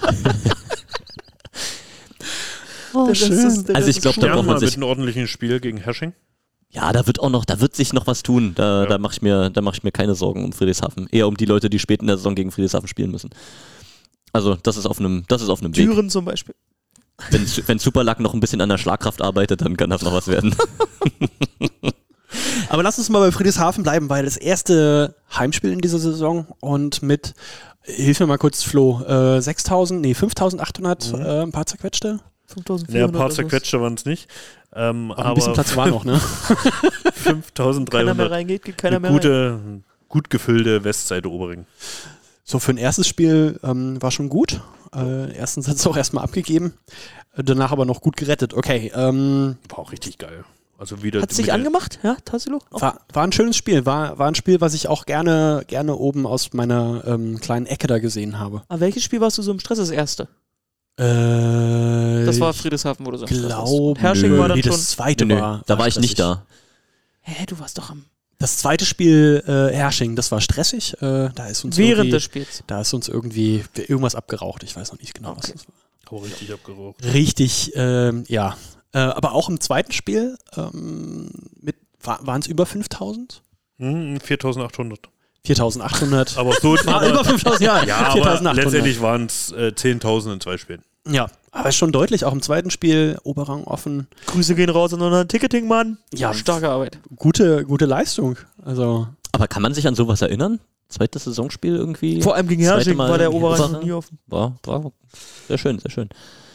Schön. Also ich glaube, da braucht man sich mit einem ordentlichen Spiel gegen Herrsching. Ja, da wird sich noch was tun. Da mache ich mir keine Sorgen um Friedrichshafen. Eher um die Leute, die spät in der Saison gegen Friedrichshafen spielen müssen. Also das ist auf einem Weg. Düren zum Beispiel. Wenn Superlack noch ein bisschen an der Schlagkraft arbeitet, dann kann das noch was werden. Aber lass uns mal bei Friedrichshafen bleiben, weil das erste Heimspiel in dieser Saison und mit, hilf mir mal kurz, Flo, 5.800, ein paar zerquetschte? 5.400. Ja, ein paar zerquetschte waren es nicht. Aber ein bisschen Platz war noch, ne? 5.300. Keiner mehr reingeht, geht keiner mehr rein. Gut gefüllte Westseite Obering. So, für ein erstes Spiel war schon gut. Ersten Satz auch erstmal abgegeben. Danach aber noch gut gerettet. Okay. War auch richtig geil. Also wieder. Hat es dich angemacht, ja, Tassilo? War ein schönes Spiel. War ein Spiel, was ich auch gerne oben aus meiner kleinen Ecke da gesehen habe. Aber welches Spiel warst du so im Stress, das erste? Das war Friedrichshafen, wo du so im Stress warst. Hersching war dann schon. Das zweite war. Da war ich nicht da. Hä, du warst doch am. Das zweite Spiel, Hersching, das war stressig. Da ist uns Während des Spiels. Da ist uns irgendwie irgendwas abgeraucht. Ich weiß noch nicht genau, was das war. Aber richtig abgeraucht. Richtig, ja. Aber auch im zweiten Spiel waren es über 5.000? 4.800. 4.800. Aber so war über 5.000, ja. Ja, aber letztendlich waren es 10.000 in 2 Spielen. Ja, aber schon deutlich, auch im zweiten Spiel, Oberrang offen. Grüße gehen raus an unseren Ticketing-Mann. Ja, starke Arbeit. Gute Leistung. Also. Aber kann man sich an sowas erinnern? Zweites Saisonspiel irgendwie? Vor allem gegen Hersching war der Oberrang noch nie offen. War sehr schön, sehr schön.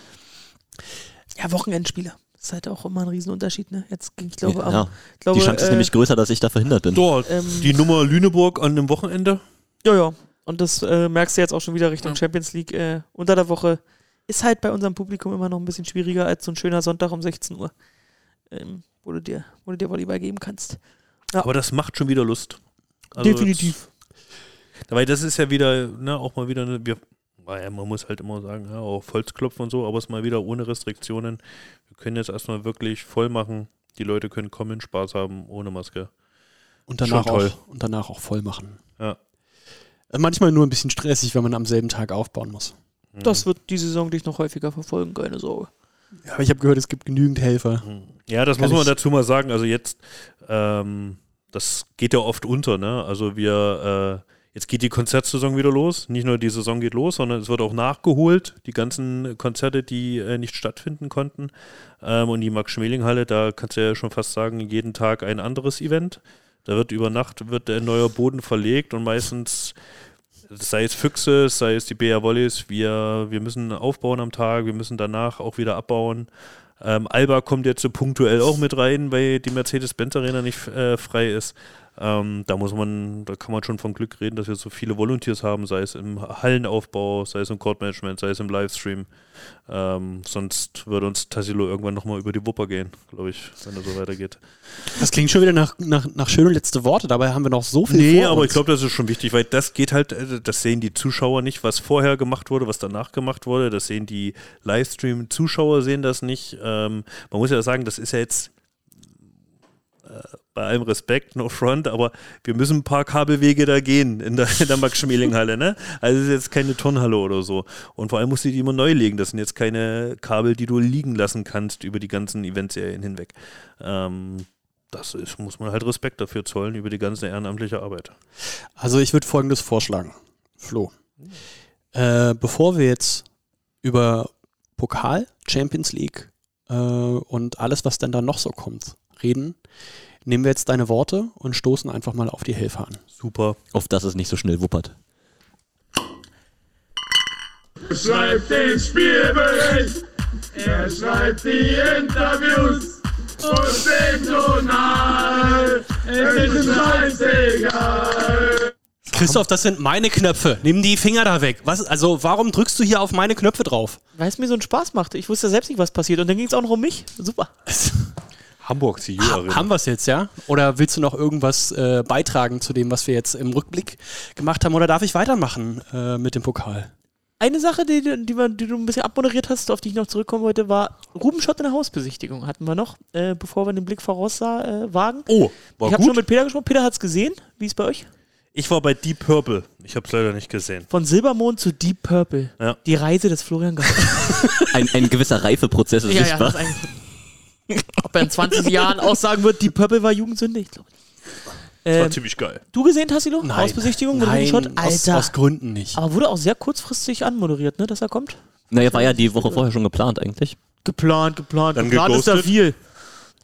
Ja, Wochenendspiele. Das ist halt auch immer ein Riesenunterschied, ne? Jetzt, ich glaube, die Chance ist nämlich größer, dass ich da verhindert bin. Dort, die Nummer Lüneburg an dem Wochenende. Ja. Und das merkst du jetzt auch schon wieder Richtung Champions League. Unter der Woche ist halt bei unserem Publikum immer noch ein bisschen schwieriger als so ein schöner Sonntag um 16 Uhr, wo du dir Volleyball geben kannst. Ja. Aber das macht schon wieder Lust. Also definitiv. Weil das ist ja wieder, auch mal wieder man muss halt immer sagen, ja, auf Holz klopfen und so, aber es ist mal wieder ohne Restriktionen. Wir können jetzt erstmal wirklich voll machen. Die Leute können kommen, Spaß haben, ohne Maske. Und danach auch voll machen. Ja. Manchmal nur ein bisschen stressig, wenn man am selben Tag aufbauen muss. Das wird die Saison dich noch häufiger verfolgen, keine Sorge. Ja, aber ich habe gehört, es gibt genügend Helfer. Ja, das muss man dazu mal sagen. Also jetzt, das geht ja oft unter, ne? Also jetzt geht die Konzertsaison wieder los. Nicht nur die Saison geht los, sondern es wird auch nachgeholt. Die ganzen Konzerte, die nicht stattfinden konnten. Und die Max-Schmeling-Halle, da kannst du ja schon fast sagen, jeden Tag ein anderes Event. Da wird über Nacht ein neuer Boden verlegt und meistens, sei es Füchse, sei es die BR Volleys, wir müssen aufbauen am Tag, wir müssen danach auch wieder abbauen. Alba kommt jetzt so punktuell auch mit rein, weil die Mercedes-Benz-Arena nicht frei ist. Da kann man schon von Glück reden, dass wir so viele Volunteers haben, sei es im Hallenaufbau, sei es im Court-Management, sei es im Livestream. Sonst würde uns Tassilo irgendwann nochmal über die Wupper gehen, glaube ich, wenn er so weitergeht. Das klingt schon wieder nach schöne letzte Worte, dabei haben wir noch so viel vor uns. Aber ich glaube, das ist schon wichtig, weil das geht halt, das sehen die Zuschauer nicht, was vorher gemacht wurde, was danach gemacht wurde, das sehen die Livestream-Zuschauer sehen das nicht. Man muss ja sagen, das ist ja jetzt bei allem Respekt, no front, aber wir müssen ein paar Kabelwege da gehen in der Max-Schmeling-Halle, ne? Also es ist jetzt keine Turnhalle oder so. Und vor allem musst du die immer neu legen. Das sind jetzt keine Kabel, die du liegen lassen kannst über die ganzen Eventserien hinweg. Muss man halt Respekt dafür zollen, über die ganze ehrenamtliche Arbeit. Also ich würde Folgendes vorschlagen, Flo. Bevor wir jetzt über Pokal, Champions League und alles, was denn da noch so kommt, reden, nehmen wir jetzt deine Worte und stoßen einfach mal auf die Helfer an. Super. Auf dass es nicht so schnell wuppert. Schreibt den Spielbericht, er schreibt die Interviews und den Journal. Es ist scheißegal. Christoph, das sind meine Knöpfe. Nimm die Finger da weg. Warum drückst du hier auf meine Knöpfe drauf? Weil es mir so einen Spaß macht. Ich wusste ja selbst nicht, was passiert. Und dann ging es auch noch um mich. Super. Hamburg CU Arena. Haben wir es jetzt, ja? Oder willst du noch irgendwas beitragen zu dem, was wir jetzt im Rückblick gemacht haben? Oder darf ich weitermachen mit dem Pokal? Eine Sache, die du ein bisschen abmoderiert hast, auf die ich noch zurückkommen wollte, war Ruben Schott in der Hausbesichtigung. Hatten wir noch, bevor wir den Blick voraus wagen. Oh, war Ich habe schon mit Peter gesprochen. Peter hat es gesehen. Wie ist es bei euch? Ich war bei Deep Purple. Ich habe es leider nicht gesehen. Von Silbermond zu Deep Purple. Ja. Die Reise des Florian Gauck. Ein gewisser Reifeprozess ist sichtbar. Ob er in 20 Jahren auch sagen wird, Deep Purple war Jugendsünde, ich glaube. Das war ziemlich geil. Du gesehen, Tassilo? Nein. Hausbesichtigung mit Ruben Schott? Alter. Aus Gründen nicht. Aber wurde auch sehr kurzfristig anmoderiert, ne, dass er kommt? Naja, war ja die Woche vorher schon geplant eigentlich. Geplant Dann ist da geghostet? viel.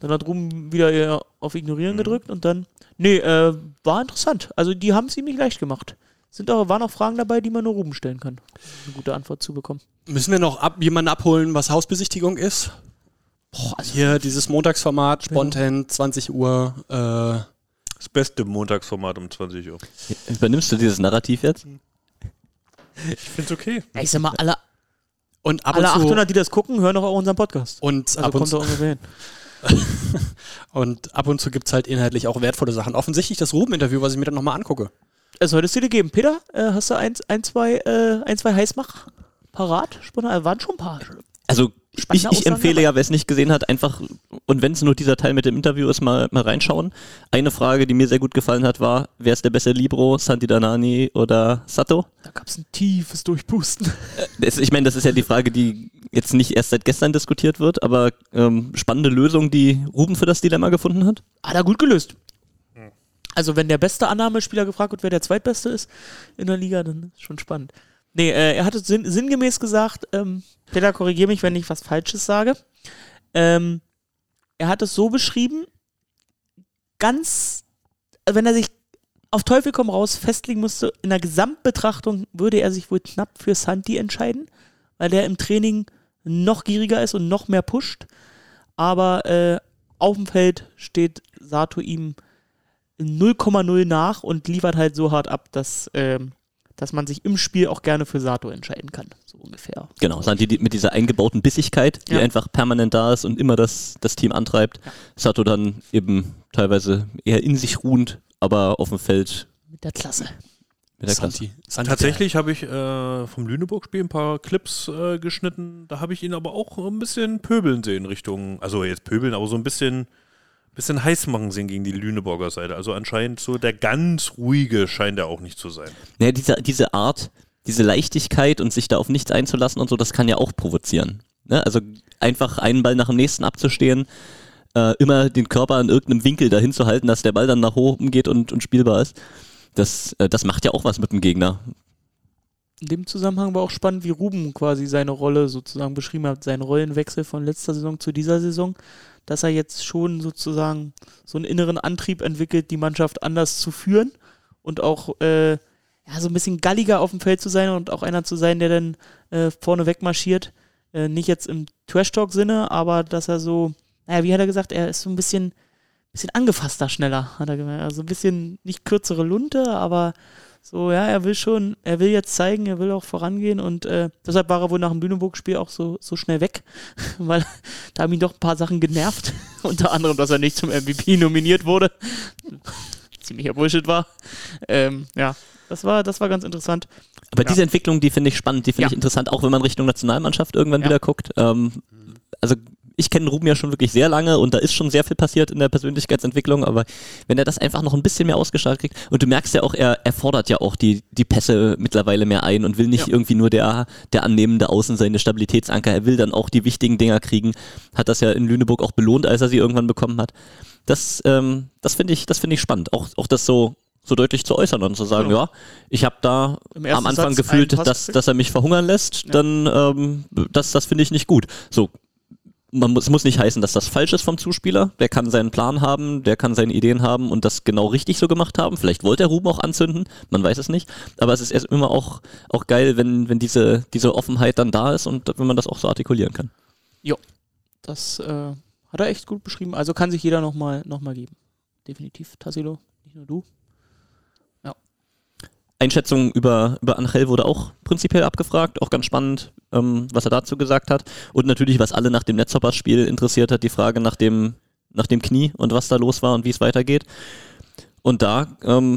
Dann hat Ruben wieder eher auf Ignorieren gedrückt und dann, war interessant. Also die haben es ihm nicht leicht gemacht. Waren auch Fragen dabei, die man nur Ruben stellen kann, eine gute Antwort zu bekommen. Müssen wir noch jemanden abholen, was Hausbesichtigung ist? Hier dieses Montagsformat, spontan, 20 Uhr. Das beste Montagsformat um 20 Uhr. Übernimmst du dieses Narrativ jetzt? Ich find's okay. Ich sag mal, alle Und ab Alle und zu 800, die das gucken, hören auch unseren Podcast. Und also ab und kommt zu da ungefähr hin. Und ab und zu gibt es halt inhaltlich auch wertvolle Sachen. Offensichtlich das Ruben-Interview, was ich mir dann nochmal angucke. Es sollte es dir geben. Peter, hast du ein, zwei Heißmach parat? Spontan, waren schon ein paar. Also ich Aussagen empfehle dabei. ja, wer es nicht gesehen hat, einfach, und wenn es nur dieser Teil mit dem Interview ist, mal reinschauen. Eine Frage, die mir sehr gut gefallen hat, war, wer ist der bessere Libero, Santi Danani oder Sato? Da gab es ein tiefes Durchpusten. Ich meine, das ist ja die Frage, die jetzt nicht erst seit gestern diskutiert wird, aber spannende Lösung, die Ruben für das Dilemma gefunden hat. Hat er gut gelöst. Also wenn der beste Annahmespieler gefragt wird, wer der zweitbeste ist in der Liga, dann ist schon spannend. Nee, er hat es sinngemäß gesagt, Peter, korrigiere mich, wenn ich was Falsches sage. Er hat es so beschrieben, wenn er sich auf Teufel komm raus festlegen musste, in der Gesamtbetrachtung würde er sich wohl knapp für Santi entscheiden, weil der im Training noch gieriger ist und noch mehr pusht. Aber auf dem Feld steht Sato ihm 0,0 nach und liefert halt so hart ab, dass man sich im Spiel auch gerne für Sato entscheiden kann, so ungefähr. Genau, Santi mit dieser eingebauten Bissigkeit, die einfach permanent da ist und immer das Team antreibt. Ja. Sato dann eben teilweise eher in sich ruhend, aber auf dem Feld mit der Klasse. Santi. Tatsächlich habe ich vom Lüneburg-Spiel ein paar Clips geschnitten, da habe ich ihn aber auch ein bisschen pöbeln sehen Richtung, also jetzt pöbeln, aber so ein bisschen heiß machen sehen gegen die Lüneburger Seite. Also anscheinend so der ganz ruhige scheint er auch nicht zu sein. Ja, diese Art, diese Leichtigkeit und sich da auf nichts einzulassen und so, das kann ja auch provozieren. Ne? Also einfach einen Ball nach dem nächsten abzustehen, immer den Körper in irgendeinem Winkel dahin zu halten, dass der Ball dann nach oben geht und spielbar ist. Das macht ja auch was mit dem Gegner. In dem Zusammenhang war auch spannend, wie Ruben quasi seine Rolle sozusagen beschrieben hat, seinen Rollenwechsel von letzter Saison zu dieser Saison, dass er jetzt schon sozusagen so einen inneren Antrieb entwickelt, die Mannschaft anders zu führen und auch so ein bisschen galliger auf dem Feld zu sein und auch einer zu sein, der dann vorne weg marschiert. Nicht jetzt im Trash-Talk-Sinne, aber dass er so, wie hat er gesagt, er ist so ein bisschen angefasster, schneller, hat er gemeint. Also ein bisschen nicht kürzere Lunte, aber so, ja, er will jetzt zeigen, er will auch vorangehen und deshalb war er wohl nach dem Lüneburg-Spiel auch so schnell weg, weil da haben ihn doch ein paar Sachen genervt, unter anderem, dass er nicht zum MVP nominiert wurde. Ziemlicher Bullshit war. Das war ganz interessant. Aber diese Entwicklung, die finde ich spannend, die finde ich interessant, auch wenn man Richtung Nationalmannschaft irgendwann wieder guckt. Also ich kenne Ruben ja schon wirklich sehr lange und da ist schon sehr viel passiert in der Persönlichkeitsentwicklung, aber wenn er das einfach noch ein bisschen mehr ausgestaltet kriegt und du merkst ja auch, er fordert ja auch die Pässe mittlerweile mehr ein und will nicht irgendwie nur der annehmende Außen sein, der Stabilitätsanker, er will dann auch die wichtigen Dinger kriegen, hat das ja in Lüneburg auch belohnt, als er sie irgendwann bekommen hat. Das finde ich spannend, auch das so deutlich zu äußern und zu sagen, ja, ich habe da am Anfang gefühlt, dass er mich verhungern lässt, dann das finde ich nicht gut. So, es muss nicht heißen, dass das falsch ist vom Zuspieler. Der kann seinen Plan haben, der kann seine Ideen haben und das genau richtig so gemacht haben. Vielleicht wollte er Ruben auch anzünden, man weiß es nicht. Aber es ist erst immer auch geil, wenn diese Offenheit dann da ist und wenn man das auch so artikulieren kann. Jo, das hat er echt gut beschrieben. Also kann sich jeder noch mal geben. Definitiv. Tassilo, nicht nur du. Einschätzung über Angel wurde auch prinzipiell abgefragt, auch ganz spannend, was er dazu gesagt hat. Und natürlich, was alle nach dem Netzhoppers-Spiel interessiert hat, die Frage nach dem Knie und was da los war und wie es weitergeht. Und da,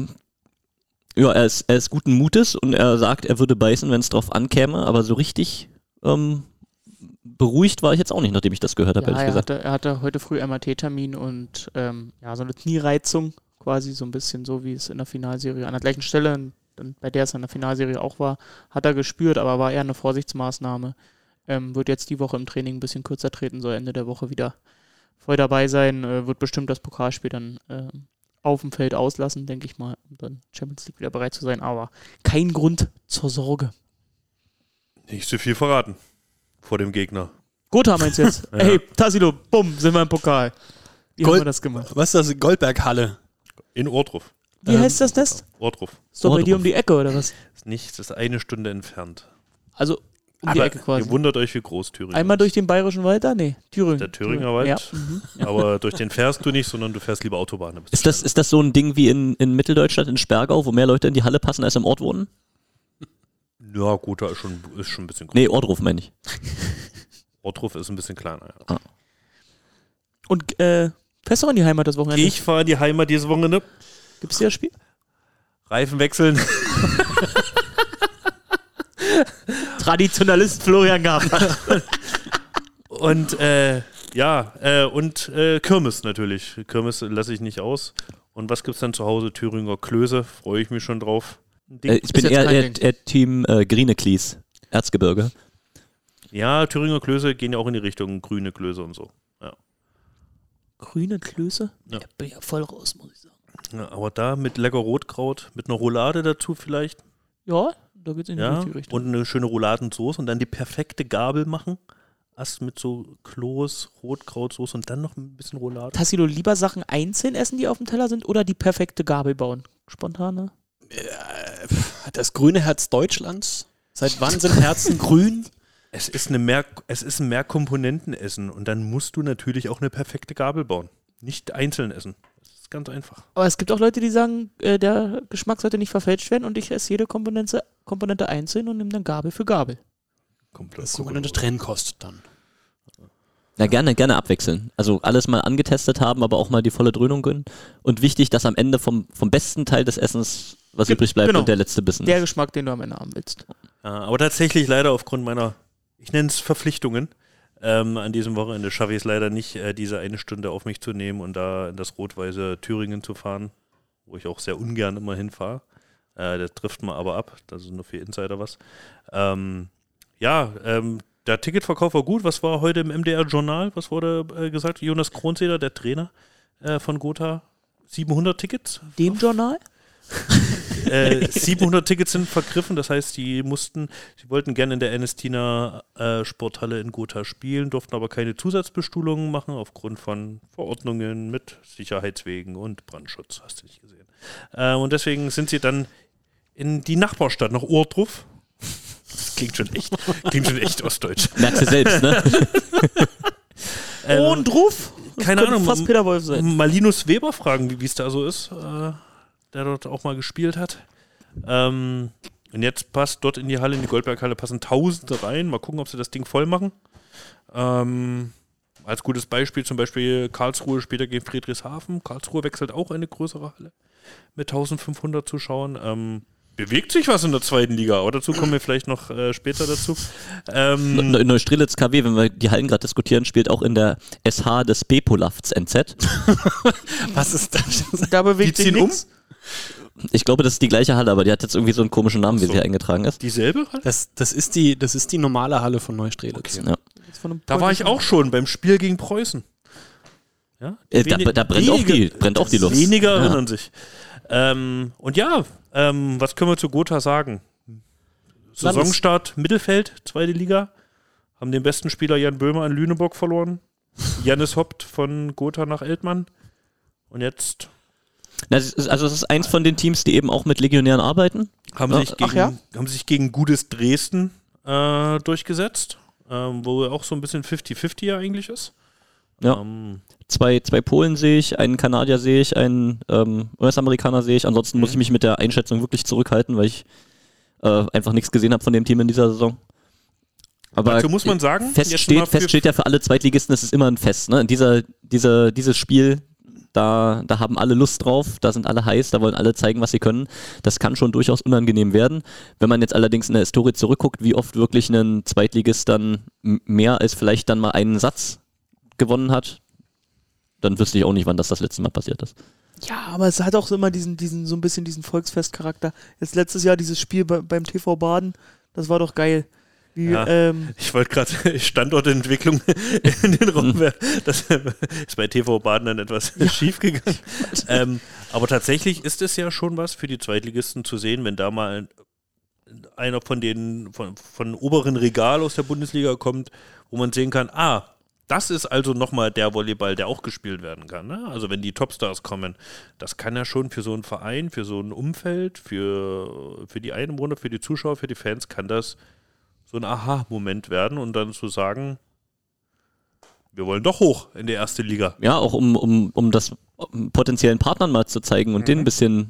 er ist guten Mutes und er sagt, er würde beißen, wenn es drauf ankäme, aber so richtig beruhigt war ich jetzt auch nicht, nachdem ich das gehört habe, ehrlich gesagt. Er hatte heute früh MRT-Termin und so eine Kniereizung, quasi so ein bisschen so, wie es in der Finalserie an der gleichen Stelle, bei der es in der Finalserie auch war, hat er gespürt, aber war eher eine Vorsichtsmaßnahme. Wird jetzt die Woche im Training ein bisschen kürzer treten, soll Ende der Woche wieder voll dabei sein, wird bestimmt das Pokalspiel dann auf dem Feld auslassen, denke ich mal, um dann Champions League wieder bereit zu sein, aber kein Grund zur Sorge. Nicht zu viel verraten vor dem Gegner. Gotha meinst du jetzt? Ey, Tassilo, bumm, sind wir im Pokal. Wie haben wir das gemacht? Was ist das? Goldberghalle. In Ohrdruf. Wie heißt das Nest? Ohrdruf. Ist doch bei dir um die Ecke, oder was? Ist nicht, das ist 1 Stunde entfernt. Also um die Ecke quasi. Ihr wundert euch, wie groß Thüringen Einmal ist. durch den Bayerischen Wald da? Nee, Thüringen. Der Thüringer Wald. Ja. Aber durch den fährst du nicht, sondern du fährst lieber Autobahn. Ist das so ein Ding wie in Mitteldeutschland, in Sperrgau, wo mehr Leute in die Halle passen, als im Ort wohnen? Ja, gut, da ist schon ein bisschen groß. Nee, Ohrdruf meine ich. Ohrdruf ist ein bisschen kleiner, ja. Ah. Und fährst du auch in die Heimat das Wochenende? Ich fahre in die Heimat dieses Wochenende. Gibt's hier das Spiel? Reifen wechseln. Traditionalist Florian Gabler. Und Kirmes natürlich. Kirmes lasse ich nicht aus. Und was gibt's dann zu Hause? Thüringer Klöße, freue ich mich schon drauf. Ich bin eher Team Grieneklies, Erzgebirge. Ja, Thüringer Klöße gehen ja auch in die Richtung grüne Klöße und so. Ja. Grüne Klöße? Ja. Da bin ich ja voll raus, muss ich sagen. Ja, aber da mit lecker Rotkraut, mit einer Roulade dazu vielleicht. Ja, da geht's in die richtige Richtung. Und eine schöne Rouladensoße und dann die perfekte Gabel machen. Erst mit so Kloß, Rotkrautsoße und dann noch ein bisschen Roulade. Tassilo, lieber Sachen einzeln essen, die auf dem Teller sind, oder die perfekte Gabel bauen? Spontan, ne? Das grüne Herz Deutschlands. Seit wann sind Herzen grün? Es ist ein Mehrkomponentenessen und dann musst du natürlich auch eine perfekte Gabel bauen. Nicht einzeln essen. Das ist ganz einfach. Aber es gibt auch Leute, die sagen, der Geschmack sollte nicht verfälscht werden und ich esse jede Komponente einzeln und nehme dann Gabel für Gabel. Das sogenannte Trennkost dann. Ja, gerne abwechseln. Also alles mal angetestet haben, aber auch mal die volle Dröhnung gönnen. Und wichtig, dass am Ende vom besten Teil des Essens was übrig bleibt und der letzte Bissen. Der Geschmack, den du am Ende haben willst. Aber tatsächlich leider aufgrund meiner, ich nenne es Verpflichtungen, an diesem Wochenende schaffe ich es leider nicht, diese 1 Stunde auf mich zu nehmen und da in das rot-weiße Thüringen zu fahren, wo ich auch sehr ungern immer hinfahre. Das trifft man aber ab, das ist nur für Insider was. Der Ticketverkauf war gut. Was war heute im MDR-Journal? Was wurde gesagt? Jonas Kronzeder, der Trainer von Gotha, 700 Tickets? Dem Journal? 700 Tickets sind vergriffen, das heißt, sie wollten gerne in der Ernestina Sporthalle in Gotha spielen, durften aber keine Zusatzbestuhlungen machen aufgrund von Verordnungen mit Sicherheitswegen und Brandschutz, hast du nicht gesehen. Und deswegen sind sie dann in die Nachbarstadt nach Ohrdruf. Das klingt schon echt ostdeutsch. Merkst du selbst, ne? Ohrdruf? Keine Ahnung, fast Peter Wolf sein. Mal Linus Weber fragen, wie es da so ist, der dort auch mal gespielt hat. Und jetzt passt dort in die Halle, in die Goldberghalle, passen Tausende rein. Mal gucken, ob sie das Ding voll machen. Als gutes Beispiel zum Beispiel Karlsruhe später gegen Friedrichshafen. Karlsruhe wechselt auch eine größere Halle mit 1500 Zuschauern. Bewegt sich was in der 2. Liga, aber dazu kommen wir vielleicht noch später dazu. Neustrelitz KW, wenn wir die Hallen gerade diskutieren, spielt auch in der SH des Bepolafts NZ. Was ist das? Da bewegt sich nichts. Ich glaube, das ist die gleiche Halle, aber die hat jetzt irgendwie so einen komischen Namen, wie sie hier eingetragen ist. Dieselbe Halle? Das ist die normale Halle von Neustrelitz. Ja. Da war ich auch schon beim Spiel gegen Preußen. Ja? Da brennt auch die Luft. Weniger erinnern sich. Was können wir zu Gotha sagen? Saisonstart Mittelfeld, 2. Liga. Haben den besten Spieler Jan Böhmer an Lüneburg verloren. Jannis Hoppt von Gotha nach Eltmann. Und jetzt... Es ist eins von den Teams, die eben auch mit Legionären arbeiten. Haben sich gegen gutes Dresden durchgesetzt, wo auch so ein bisschen 50-50 ja eigentlich ist. Ja. Zwei Polen sehe ich, einen Kanadier sehe ich, einen US-Amerikaner sehe ich. Ansonsten muss ich mich mit der Einschätzung wirklich zurückhalten, weil ich einfach nichts gesehen habe von dem Team in dieser Saison. Aber dazu muss man sagen, fest steht ja für alle Zweitligisten, es ist immer ein Fest. Ne? Dieses Spiel, da haben alle Lust drauf, da sind alle heiß, da wollen alle zeigen, was sie können. Das kann schon durchaus unangenehm werden. Wenn man jetzt allerdings in der Historie zurückguckt, wie oft wirklich ein Zweitligist dann mehr als vielleicht dann mal einen Satz gewonnen hat, dann wüsste ich auch nicht, wann das letzte Mal passiert ist. Ja, aber es hat auch immer so ein bisschen diesen Volksfestcharakter. Jetzt letztes Jahr dieses Spiel beim TV Baden, das war doch geil. Ich wollte gerade Standortentwicklung in den Raum werfen. Das ist bei TV Baden dann etwas schief gegangen. Aber tatsächlich ist es ja schon was für die Zweitligisten zu sehen, wenn da mal einer von oberen Regal aus der Bundesliga kommt, wo man sehen kann, Das ist also nochmal der Volleyball, der auch gespielt werden kann. Ne? Also wenn die Topstars kommen, das kann ja schon für so einen Verein, für so ein Umfeld, für die Einwohner, für die Zuschauer, für die Fans, kann das so ein Aha-Moment werden und dann zu sagen, wir wollen doch hoch in die erste Liga. Ja, auch um das potenziellen Partnern mal zu zeigen und denen ein bisschen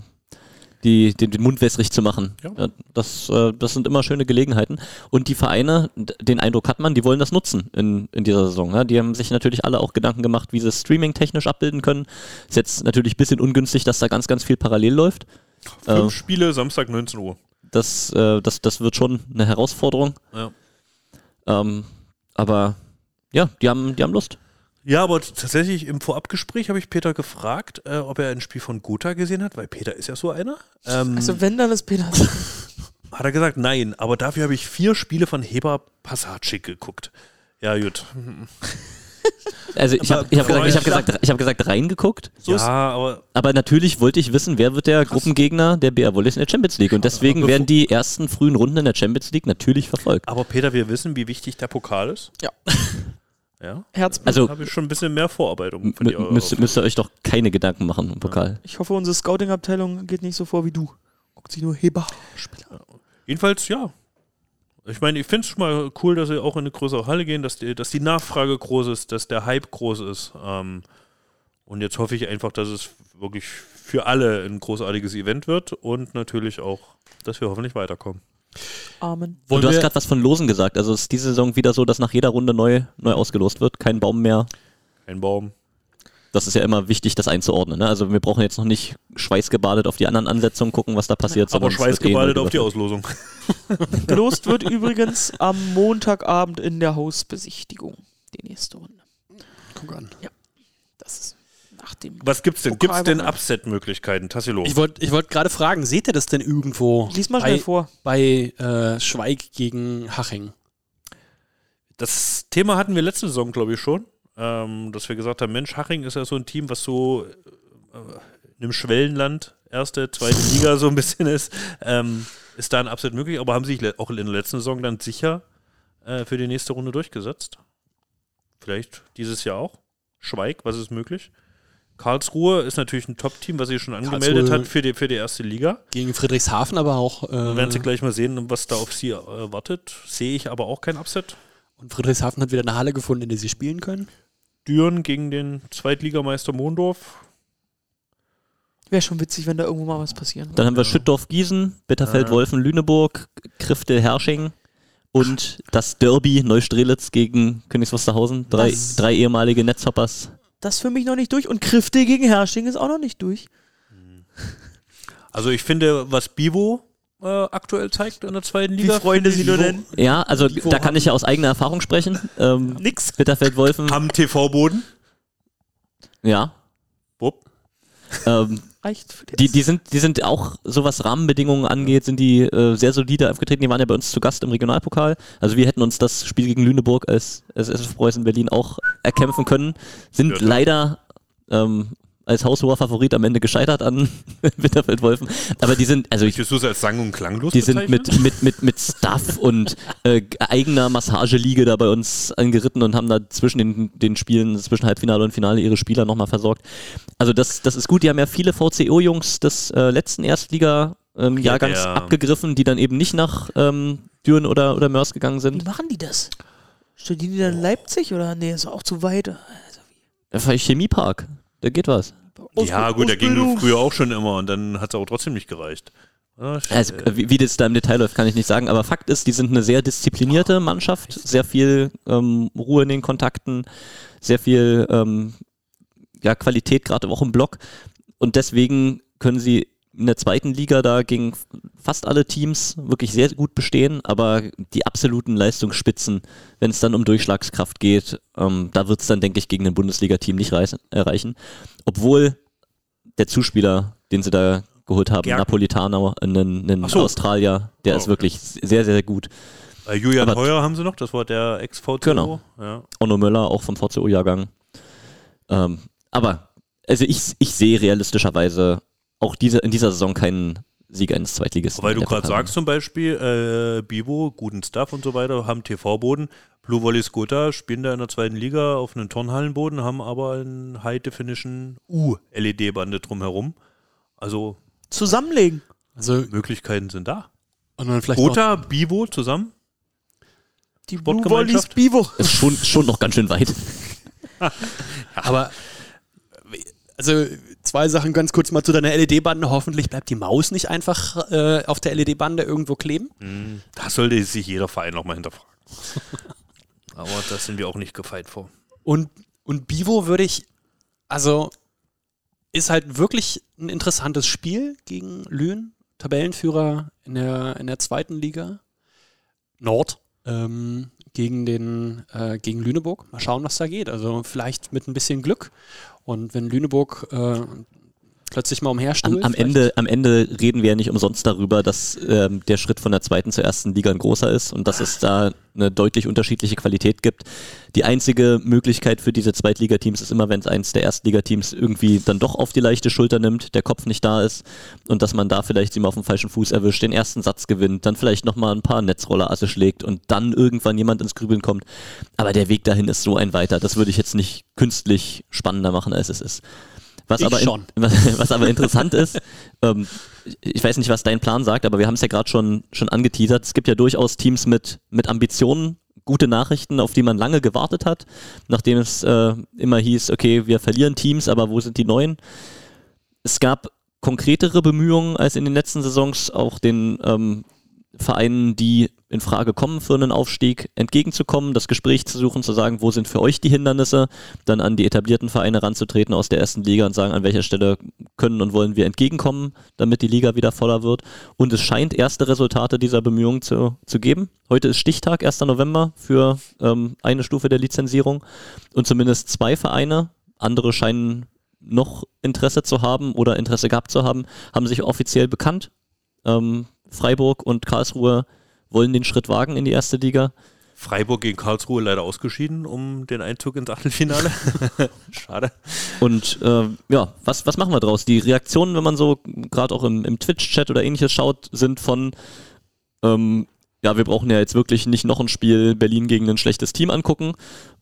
den Mund wässrig zu machen. Ja. Das sind immer schöne Gelegenheiten. Und die Vereine, den Eindruck hat man, die wollen das nutzen in dieser Saison. Ja. Die haben sich natürlich alle auch Gedanken gemacht, wie sie es streaming-technisch abbilden können. Ist jetzt natürlich ein bisschen ungünstig, dass da ganz, ganz viel parallel läuft. 5 Spiele, Samstag 19 Uhr. Das wird schon eine Herausforderung. Ja. Aber ja, die haben Lust. Ja, aber tatsächlich im Vorabgespräch habe ich Peter gefragt, ob er ein Spiel von Gotha gesehen hat, weil Peter ist ja so einer. Also wenn, dann ist Peter. Hat er gesagt, nein, aber dafür habe ich 4 Spiele von Heber Passagik geguckt. Ja, gut. Also ich hab gesagt reingeguckt. Ja, aber natürlich wollte ich wissen, wer wird der Gruppengegner der BR Volleys in der Champions League. Und deswegen werden die ersten frühen Runden in der Champions League natürlich verfolgt. Aber Peter, wir wissen, wie wichtig der Pokal ist. Ja. Ja. Herzblut. Also habe ich schon ein bisschen mehr Vorarbeitung von dir. Müsst ihr euch doch keine Gedanken machen im Pokal. Ich hoffe, unsere Scouting-Abteilung geht nicht so vor wie du. Guckt sich nur Heber-Spieler. Jedenfalls, ja. Ich meine, ich finde es schon mal cool, dass sie auch in eine größere Halle gehen, dass die Nachfrage groß ist, dass der Hype groß ist. Und jetzt hoffe ich einfach, dass es wirklich für alle ein großartiges Event wird und natürlich auch, dass wir hoffentlich weiterkommen. Amen. Und du hast gerade was von Losen gesagt. Also ist diese Saison wieder so, dass nach jeder Runde neu ausgelost wird. Kein Baum mehr. Kein Baum. Das ist ja immer wichtig, das einzuordnen. Ne? Also wir brauchen jetzt noch nicht schweißgebadet auf die anderen Ansetzungen gucken, was da passiert. Aber schweißgebadet auf die Auslosung. Gelost wird übrigens am Montagabend in der Hausbesichtigung. Die nächste Runde. Guck an. Ja. Das ist nach dem. Was gibt's denn? Gibt's denn Upset-Möglichkeiten? Tassilo? Ich wollte gerade fragen, seht ihr das denn irgendwo? Lies mal schnell vor. Bei Schweig gegen Haching. Das Thema hatten wir letzte Saison, glaube ich, schon. Dass wir gesagt haben, Mensch, Haching ist ja so ein Team, was so in einem Schwellenland, erste, zweite Liga so ein bisschen ist. Ist da ein Upset möglich, aber haben sich auch in der letzten Saison dann sicher für die nächste Runde durchgesetzt. Vielleicht dieses Jahr auch. Schweig, was ist möglich? Karlsruhe ist natürlich ein Top-Team, was sich schon angemeldet hat für die erste Liga. Gegen Friedrichshafen aber auch. Werden Sie gleich mal sehen, was da auf Sie wartet. Sehe ich aber auch kein Upset. Und Friedrichshafen hat wieder eine Halle gefunden, in der sie spielen können. Düren gegen den Zweitligameister Mondorf. Wäre schon witzig, wenn da irgendwo mal was passieren würde. Dann haben wir Schüttdorf-Gießen, Bitterfeld-Wolfen-Lüneburg, Kriftel-Hersching und das Derby Neustrelitz gegen Königs Wusterhausen. Drei ehemalige Netzhoppers. Das ist für mich noch nicht durch. Und Kriftel gegen Hersching ist auch noch nicht durch. Also ich finde, was Bivo aktuell zeigt in der zweiten Liga. Wie Freunde sie nur nennen. Ja, also da kann ich ja aus eigener Erfahrung sprechen. Nix. Bitterfeld-Wolfen. Am TV-Boden. Ja. Wupp. Reicht für die sind auch, so was Rahmenbedingungen angeht, sind die sehr solide aufgetreten. Die waren ja bei uns zu Gast im Regionalpokal. Also wir hätten uns das Spiel gegen Lüneburg als SF Preußen Berlin auch erkämpfen können. Sind leider als haushoher Favorit am Ende gescheitert an Bitterfeld-Wolfen. Aber die sind, also Möchtest du es als sang- und klanglos die sind mit Staff und eigener Massageliege da bei uns angeritten und haben da zwischen den Spielen, zwischen Halbfinale und Finale ihre Spieler nochmal versorgt. Also das ist gut. Die haben ja viele VCO-Jungs des letzten Erstliga-Jahrgangs abgegriffen, die dann eben nicht nach Düren oder Mörs gegangen sind. Wie machen die das? Studieren die dann in Leipzig oder? Nee, ist auch zu weit. Also Chemiepark, da geht was. Ja gut, der ging früher auch schon immer und dann hat es auch trotzdem nicht gereicht. Also, wie das da im Detail läuft, kann ich nicht sagen, aber Fakt ist, die sind eine sehr disziplinierte Mannschaft, sehr viel Ruhe in den Kontakten, sehr viel Qualität, gerade auch im Block, und deswegen können sie in der zweiten Liga da gegen fast alle Teams wirklich sehr gut bestehen, aber die absoluten Leistungsspitzen, wenn es dann um Durchschlagskraft geht, da wird es dann, denke ich, gegen ein Bundesliga-Team nicht erreichen. Obwohl der Zuspieler, den sie da geholt haben, Napolitano, einen Australier, der ist wirklich sehr, sehr gut. Julian Heuer haben sie noch, das war der Ex-VCO. Genau. Ja. Onno Möller, auch vom VCO-Jahrgang. Aber also ich sehe realistischerweise auch in dieser Saison keinen Sieger eines Zweitligisten. Weil du gerade sagst zum Beispiel, Bibo, guten Stuff und so weiter, haben TV-Boden, Blue Volleys Gotha spielen da in der 2. Liga auf einem Turnhallenboden, haben aber ein High-Definition LED-Bande drumherum. Also Zusammenlegen. Also Möglichkeiten sind da. und dann vielleicht Gotha, Bivo zusammen. Die Blue Volleys Sportgemeinschaft. Bivo. Ist schon noch ganz schön weit. Aber also 2 Sachen ganz kurz mal zu deiner LED-Bande. Hoffentlich bleibt die Maus nicht einfach auf der LED-Bande irgendwo kleben. Da sollte sich jeder Verein nochmal hinterfragen. Aber da sind wir auch nicht gefeit vor. Und Bivo würde ich, also ist halt wirklich ein interessantes Spiel gegen Lünen, Tabellenführer in der 2. Liga Nord, gegen Lüneburg. Mal schauen, was da geht. Also vielleicht mit ein bisschen Glück. Und wenn Lüneburg plötzlich mal umherstuhlt. Am Ende reden wir ja nicht umsonst darüber, dass der Schritt von der 2. zur 1. Liga ein großer ist und dass es da eine deutlich unterschiedliche Qualität gibt. Die einzige Möglichkeit für diese Zweitligateams ist immer, wenn es eins der Erstligateams irgendwie dann doch auf die leichte Schulter nimmt, der Kopf nicht da ist und dass man da vielleicht sie mal auf dem falschen Fuß erwischt, den ersten Satz gewinnt, dann vielleicht nochmal ein paar Netzrollerasse schlägt und dann irgendwann jemand ins Grübeln kommt. Aber der Weg dahin ist so ein weiter. Das würde ich jetzt nicht künstlich spannender machen, als es ist. Was aber interessant ist, ich weiß nicht, was dein Plan sagt, aber wir haben es ja gerade schon angeteasert. Es gibt ja durchaus Teams mit Ambitionen, gute Nachrichten, auf die man lange gewartet hat, nachdem es immer hieß, okay, wir verlieren Teams, aber wo sind die neuen? Es gab konkretere Bemühungen als in den letzten Saisons, auch den Vereinen, die in Frage kommen für einen Aufstieg, entgegenzukommen, das Gespräch zu suchen, zu sagen, wo sind für euch die Hindernisse, dann an die etablierten Vereine ranzutreten aus der 1. Liga und sagen, an welcher Stelle können und wollen wir entgegenkommen, damit die Liga wieder voller wird. Und es scheint erste Resultate dieser Bemühungen zu geben. Heute ist Stichtag, 1. November, für eine Stufe der Lizenzierung und zumindest 2 Vereine, andere scheinen noch Interesse zu haben oder Interesse gehabt zu haben, haben sich offiziell bekannt. Freiburg und Karlsruhe wollen den Schritt wagen in die 1. Liga. Freiburg gegen Karlsruhe leider ausgeschieden um den Einzug ins Achtelfinale. Schade. Und was machen wir draus? Die Reaktionen, wenn man so gerade auch im Twitch-Chat oder ähnliches schaut, sind von wir brauchen ja jetzt wirklich nicht noch ein Spiel Berlin gegen ein schlechtes Team angucken,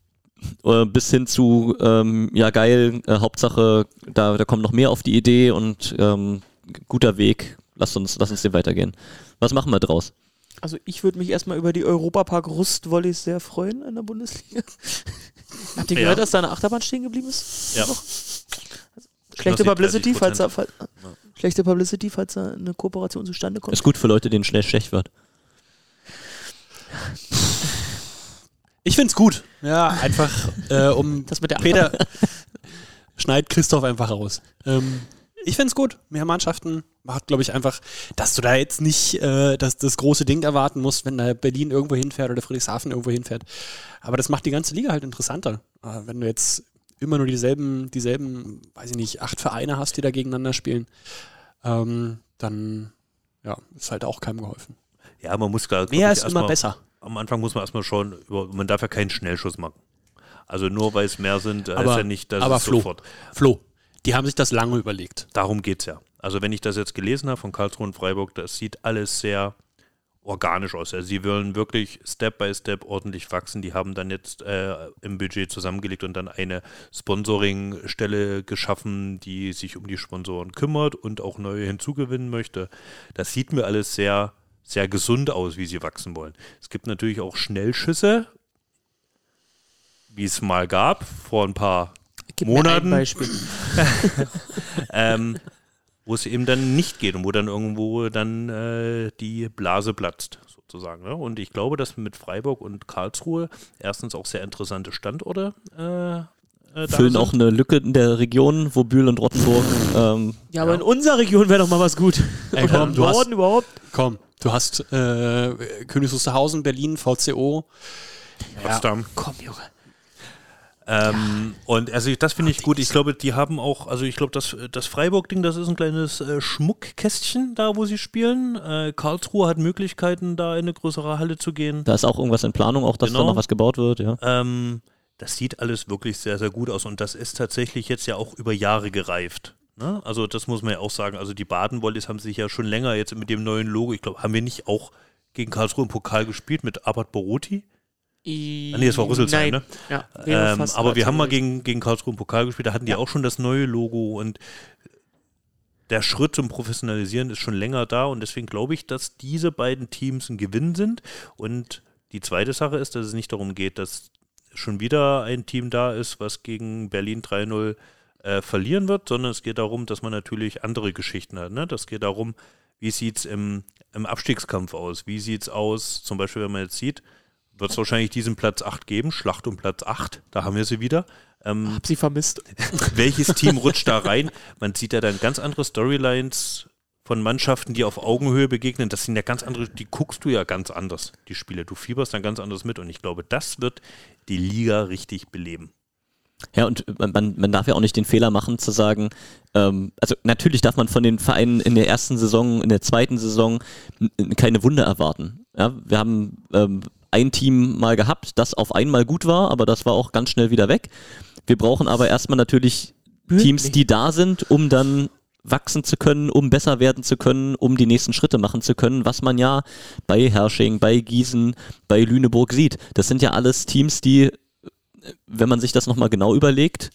bis hin zu geil, Hauptsache da kommt noch mehr auf die Idee und guter Weg. Lass uns den weitergehen. Was machen wir draus? Also ich würde mich erstmal über die Europapark-Rust-Volleys sehr freuen in der Bundesliga. Habt ihr gehört, dass da eine Achterbahn stehen geblieben ist? Ja. Also, schlechte Publicity, falls da eine Kooperation zustande kommt. Ist gut für Leute, denen schnell schlecht wird. Ich find's gut. Ja, einfach das mit der Peter schneid Christoph einfach raus. Ich find's gut. Mehr Mannschaften macht, glaube ich, einfach, dass du da jetzt nicht das große Ding erwarten musst, wenn da Berlin irgendwo hinfährt oder Friedrichshafen irgendwo hinfährt. Aber das macht die ganze Liga halt interessanter. Wenn du jetzt immer nur dieselben, weiß ich nicht, 8 Vereine hast, die da gegeneinander spielen, dann ist halt auch keinem geholfen. Ja, man muss klar. Mehr ist immer besser. Am Anfang muss man erstmal schauen, man darf ja keinen Schnellschuss machen. Also nur weil es mehr sind, heißt ja nicht, dass es sofort. Flo, die haben sich das lange überlegt. Darum geht es ja. Also wenn ich das jetzt gelesen habe von Karlsruhe und Freiburg, das sieht alles sehr organisch aus. Also sie wollen wirklich Step by Step ordentlich wachsen. Die haben dann jetzt im Budget zusammengelegt und dann eine Sponsoring-Stelle geschaffen, die sich um die Sponsoren kümmert und auch neue hinzugewinnen möchte. Das sieht mir alles sehr, sehr gesund aus, wie sie wachsen wollen. Es gibt natürlich auch Schnellschüsse, wie es mal gab, vor ein paar Monaten. Mir ein Beispiel. Wo es eben dann nicht geht und wo dann irgendwo dann die Blase platzt, sozusagen. Ne? Und ich glaube, dass mit Freiburg und Karlsruhe erstens auch sehr interessante Standorte füllen auch eine Lücke in der Region, wo Bühl und Rottenburg aber in unserer Region wäre doch mal was gut. Ey, komm, du hast überhaupt. Komm, du hast Königs Wusterhausen, Berlin, VCO. Potsdam. Komm, Junge. Und also das finde ich gut. Ich glaube, die haben auch, also ich glaube, das Freiburg-Ding, das ist ein kleines Schmuckkästchen da, wo sie spielen. Karlsruhe hat Möglichkeiten, da in eine größere Halle zu gehen. Da ist auch irgendwas in Planung, auch dass da noch was gebaut wird, ja. Das sieht alles wirklich sehr, sehr gut aus und das ist tatsächlich jetzt ja auch über Jahre gereift. Ne? Also das muss man ja auch sagen. Also die Baden-Volleys haben sich ja schon länger jetzt mit dem neuen Logo, ich glaube, haben wir nicht auch gegen Karlsruhe im Pokal gespielt mit Abbott Boruti? Nee, es war Rüsselsheim, ne? Ja, aber wir haben mal gegen Karlsruhe im Pokal gespielt, da hatten die auch schon das neue Logo und der Schritt zum Professionalisieren ist schon länger da und deswegen glaube ich, dass diese beiden Teams ein Gewinn sind. Und die zweite Sache ist, dass es nicht darum geht, dass schon wieder ein Team da ist, was gegen Berlin 3-0 verlieren wird, sondern es geht darum, dass man natürlich andere Geschichten hat. Ne? Das geht darum, wie sieht es im Abstiegskampf aus? Wie sieht es aus, zum Beispiel, wenn man jetzt sieht, wird es wahrscheinlich diesen Platz 8 geben, Schlacht um Platz 8, da haben wir sie wieder. Hab sie vermisst. Welches Team rutscht da rein? Man sieht ja dann ganz andere Storylines von Mannschaften, die auf Augenhöhe begegnen. Das sind ja ganz andere, die guckst du ja ganz anders, die Spiele. Du fieberst dann ganz anders mit und ich glaube, das wird die Liga richtig beleben. Ja, und man darf ja auch nicht den Fehler machen zu sagen, also natürlich darf man von den Vereinen in der ersten Saison, in der zweiten Saison keine Wunder erwarten. Ja, wir haben ein Team mal gehabt, das auf einmal gut war, aber das war auch ganz schnell wieder weg. Wir brauchen aber erstmal natürlich Teams, die da sind, um dann wachsen zu können, um besser werden zu können, um die nächsten Schritte machen zu können, was man ja bei Herrsching, bei Gießen, bei Lüneburg sieht. Das sind ja alles Teams, die, wenn man sich das nochmal genau überlegt,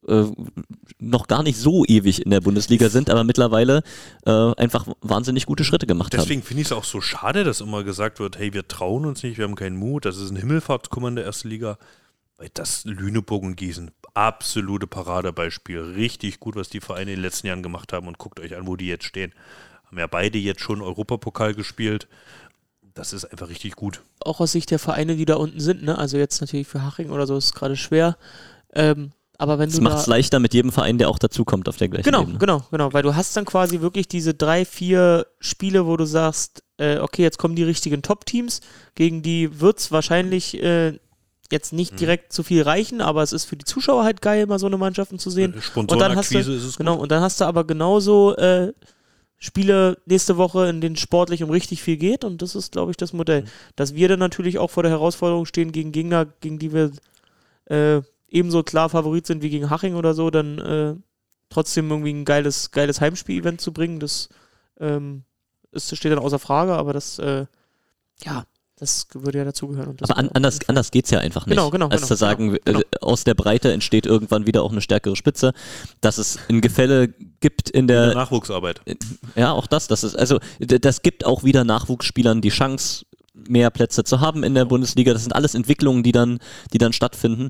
noch gar nicht so ewig in der Bundesliga sind, aber mittlerweile einfach wahnsinnig gute Schritte gemacht haben. Deswegen finde ich es auch so schade, dass immer gesagt wird, hey, wir trauen uns nicht, wir haben keinen Mut, das ist ein Himmelfahrtskummer in der ersten Liga. Weil das Lüneburg und Gießen, absolute Paradebeispiel, richtig gut, was die Vereine in den letzten Jahren gemacht haben und guckt euch an, wo die jetzt stehen. Haben ja beide jetzt schon Europapokal gespielt. Das ist einfach richtig gut. Auch aus Sicht der Vereine, die da unten sind, ne? Also jetzt natürlich für Haching oder so ist es gerade schwer. Aber wenn das macht es leichter mit jedem Verein, der auch dazukommt auf der gleichen Ebene. Genau, weil du hast dann quasi wirklich diese 3-4 Spiele, wo du sagst, okay, jetzt kommen die richtigen Top-Teams, gegen die wird es wahrscheinlich jetzt nicht direkt zu viel reichen, aber es ist für die Zuschauer halt geil, mal so eine Mannschaften zu sehen. Und dann hast du, ist es gut. Und dann hast du aber genauso Spiele nächste Woche, in denen sportlich um richtig viel geht und das ist, glaube ich, das Modell. Dass wir dann natürlich auch vor der Herausforderung stehen gegen Gegner, gegen die wir ebenso klar Favorit sind wie gegen Haching oder so, dann trotzdem irgendwie ein geiles Heimspiel-Event zu bringen, das steht dann außer Frage, aber das das würde ja dazugehören. Aber anders geht es ja einfach nicht. Genau. Als zu sagen, aus der Breite entsteht irgendwann wieder auch eine stärkere Spitze, dass es ein Gefälle gibt in der Nachwuchsarbeit. Ja, auch das ist, also das gibt auch wieder Nachwuchsspielern die Chance, mehr Plätze zu haben in der Bundesliga. Das sind alles Entwicklungen, die dann stattfinden.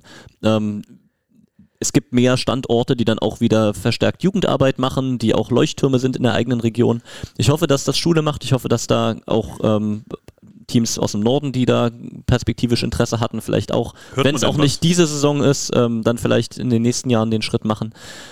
Es gibt mehr Standorte, die dann auch wieder verstärkt Jugendarbeit machen, die auch Leuchttürme sind in der eigenen Region. Ich hoffe, dass das Schule macht. Ich hoffe, dass da auch Teams aus dem Norden, die da perspektivisch Interesse hatten, vielleicht auch, wenn es auch nicht diese Saison ist, dann vielleicht in den nächsten Jahren den Schritt machen.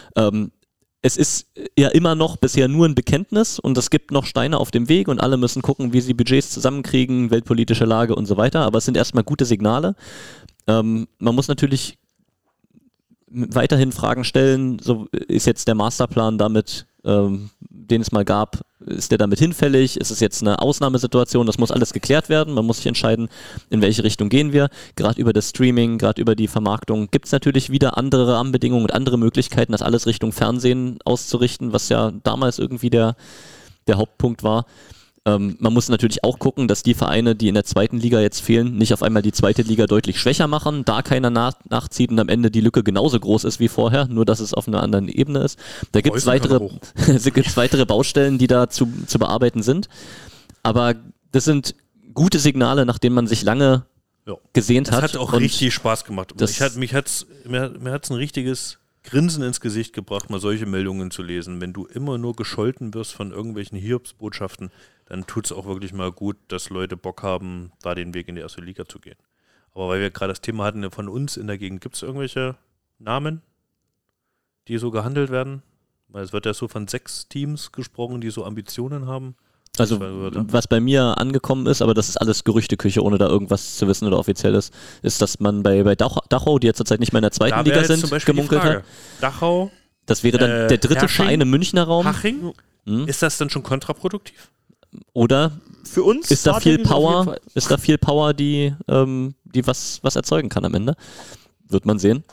Es ist ja immer noch bisher nur ein Bekenntnis und es gibt noch Steine auf dem Weg und alle müssen gucken, wie sie Budgets zusammenkriegen, weltpolitische Lage und so weiter, aber es sind erstmal gute Signale. Man muss natürlich weiterhin Fragen stellen, so ist jetzt der Masterplan damit, den es mal gab, ist der damit hinfällig? Ist es jetzt eine Ausnahmesituation? Das muss alles geklärt werden. Man muss sich entscheiden, in welche Richtung gehen wir. Gerade über das Streaming, gerade über die Vermarktung gibt es natürlich wieder andere Rahmenbedingungen und andere Möglichkeiten, das alles Richtung Fernsehen auszurichten, was ja damals irgendwie der Hauptpunkt war. Man muss natürlich auch gucken, dass die Vereine, die in der zweiten Liga jetzt fehlen, nicht auf einmal die zweite Liga deutlich schwächer machen, da keiner nachzieht und am Ende die Lücke genauso groß ist wie vorher, nur dass es auf einer anderen Ebene ist. Da gibt es weitere Baustellen, die da zu bearbeiten sind. Aber das sind gute Signale, nachdem man sich lange gesehnt hat. Das hat auch richtig Spaß gemacht. Mir hat's ein richtiges Grinsen ins Gesicht gebracht, mal solche Meldungen zu lesen. Wenn du immer nur gescholten wirst von irgendwelchen Hiobsbotschaften, dann tut es auch wirklich mal gut, dass Leute Bock haben, da den Weg in die erste Liga zu gehen. Aber weil wir gerade das Thema hatten von uns in der Gegend, gibt es irgendwelche Namen, die so gehandelt werden? Weil es wird ja so von 6 Teams gesprochen, die so Ambitionen haben. Also was bei mir angekommen ist, aber das ist alles Gerüchteküche, ohne da irgendwas zu wissen oder offiziell ist dass man bei Dachau, die ja zurzeit nicht mehr in der zweiten Liga sind, gemunkelt hat. Dachau. Das wäre dann der dritte Herrsching, Verein im Münchner Raum. Haching? Ist das dann schon kontraproduktiv? Oder für uns ist da viel Power, die was erzeugen kann am Ende? Wird man sehen.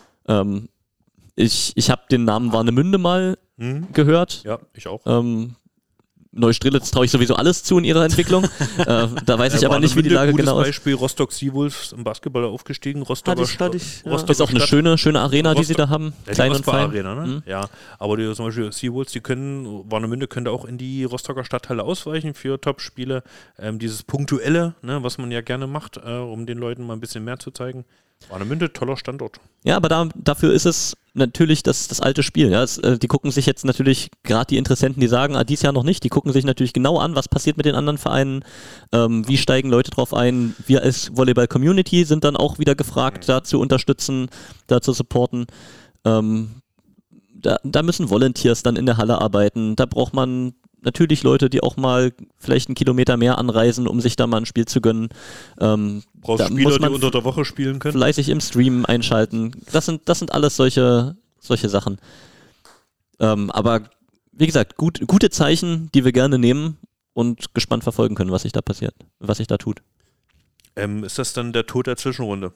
Ich habe den Namen Warnemünde mal gehört. Ja, ich auch. Neustrelitz traue ich sowieso alles zu in ihrer Entwicklung. Da weiß ich aber nicht, wie die Lage genau ist. Beispiel Rostock Seawolves im Basketball aufgestiegen. Rostocker Rostock ist auch eine schöne Arena, die sie da haben. Klein und fein. Arena, ne? Mhm. Ja, aber die, zum Beispiel Seawolves, Warnemünde könnte auch in die Rostocker Stadthalle ausweichen für Top-Spiele. Dieses Punktuelle, ne, was man ja gerne macht, um den Leuten mal ein bisschen mehr zu zeigen. Warnemünde, toller Standort. Ja, aber dafür ist es natürlich das alte Spiel. Ja. Die gucken sich jetzt natürlich, gerade die Interessenten, die sagen, dies Jahr noch nicht, die gucken sich natürlich genau an, was passiert mit den anderen Vereinen, wie steigen Leute drauf ein. Wir als Volleyball-Community sind dann auch wieder gefragt, da zu unterstützen, da zu supporten. Da müssen Volunteers dann in der Halle arbeiten. Da braucht man natürlich Leute, die auch mal vielleicht einen Kilometer mehr anreisen, um sich da mal ein Spiel zu gönnen. Brauchst Spieler, die unter der Woche spielen können? Fleißig im Stream einschalten. Das sind alles solche Sachen. Aber wie gesagt, gute Zeichen, die wir gerne nehmen und gespannt verfolgen können, was sich da passiert, was sich da tut. Ist das dann der Tod der Zwischenrunde?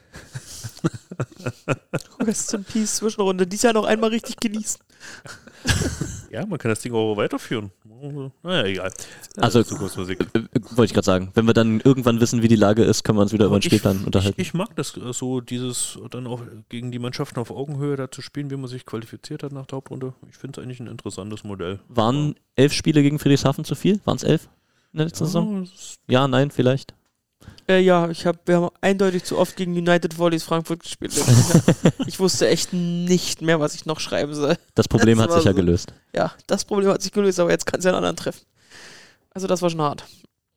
Rest in Peace, Zwischenrunde. Dies Jahr noch einmal richtig genießen. Ja, man kann das Ding auch weiterführen. Naja, egal. Also, wollte ich gerade sagen, wenn wir dann irgendwann wissen, wie die Lage ist, können wir uns wieder über den Spielplan unterhalten. Ich mag das so, dieses dann auch gegen die Mannschaften auf Augenhöhe da zu spielen, wie man sich qualifiziert hat nach der Hauptrunde. Ich finde es eigentlich ein interessantes Modell. Waren 11 Spiele gegen Friedrichshafen zu viel? Waren es 11 in der letzten Saison? Ja, nein, vielleicht. Ja, wir haben eindeutig zu oft gegen United Volleys Frankfurt gespielt. Ich wusste echt nicht mehr, was ich noch schreiben soll. Das Problem hat sich ja gelöst. Ja, das Problem hat sich gelöst, aber jetzt kann es ja einen anderen treffen. Also das war schon hart.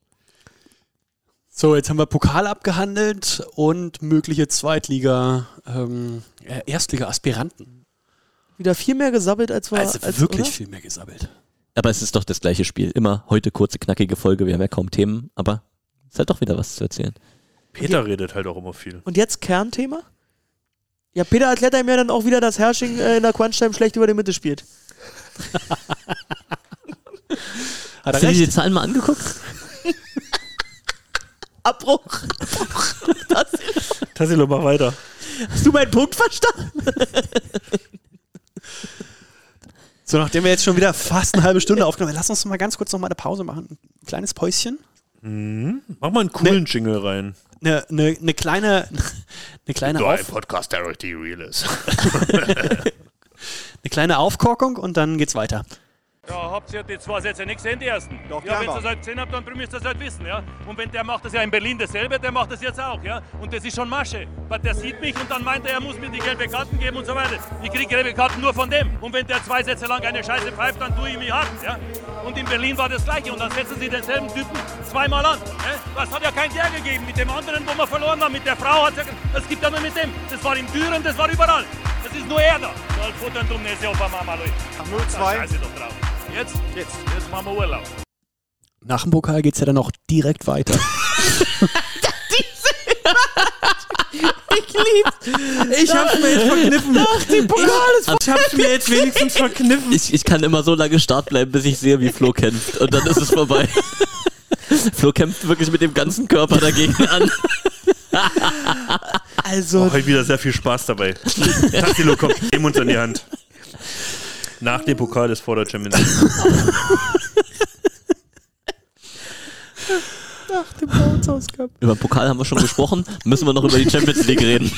So, jetzt haben wir Pokal abgehandelt und mögliche Erstliga-Aspiranten. Wieder viel mehr gesabbelt als wir. Also wirklich viel mehr gesabbelt. Aber es ist doch das gleiche Spiel. Immer heute kurze, knackige Folge. Wir haben ja kaum Themen, aber ist halt doch wieder was zu erzählen. Peter redet halt auch immer viel. Und jetzt Kernthema? Ja, Peter erklärt einem ja dann auch wieder, dass Hersching in der Quantstein schlecht über die Mitte spielt. Hast du dir die Zahlen mal angeguckt? Abbruch. Tassilo, mach weiter. Hast du meinen Punkt verstanden? So, nachdem wir jetzt schon wieder fast eine halbe Stunde aufgenommen haben, lass uns mal ganz kurz noch mal eine Pause machen. Ein kleines Päuschen. Mach mal einen coolen Jingle rein. Eine kleine ein Podcast, der richtig real ist. Eine kleine Aufkorkung und dann geht's weiter. Ja, habt ihr die 2 Sätze nicht gesehen, die ersten? Doch, ja, wenn ihr das halt gesehen habt, dann müsst ihr das halt wissen, ja. Und wenn der macht das ja in Berlin dasselbe, der macht das jetzt auch, ja. Und das ist schon Masche. Weil der sieht mich und dann meint er muss mir die gelbe Karten geben und so weiter. Ich kriege gelbe Karten nur von dem. Und wenn der 2 Sätze lang eine Scheiße pfeift, dann tue ich mich hart, ja. Und in Berlin war das Gleiche. Und dann setzen sie denselben Typen 2-mal an. Ja? Das hat ja kein der gegeben. Mit dem anderen, wo wir verloren haben, mit der Frau hat es ja... Das gibt ja nur mit dem. Das war in Düren, das war überall. Das ist nur er da. Soll futtern, dumm, ist ja auf einmal mal durch. 0-2. Scheiße doch drauf. Jetzt machen wir Urlaub. Nach dem Pokal geht's ja dann auch direkt weiter. Ich lieb's. Ich hab's mir jetzt verkniffen. Ich hab's mir jetzt wenigstens verkniffen. Ich kann immer so lange Start bleiben, bis ich sehe, wie Flo kämpft. Und dann ist es vorbei. Flo kämpft wirklich mit dem ganzen Körper dagegen an. Also. Heute wieder sehr viel Spaß dabei. Tassilo, komm, geben uns an die Hand. Nach dem Pokal ist vor der Champions League. Nach dem Bounce-Ausgabe. Über den Pokal haben wir schon gesprochen. Müssen wir noch über die Champions League reden.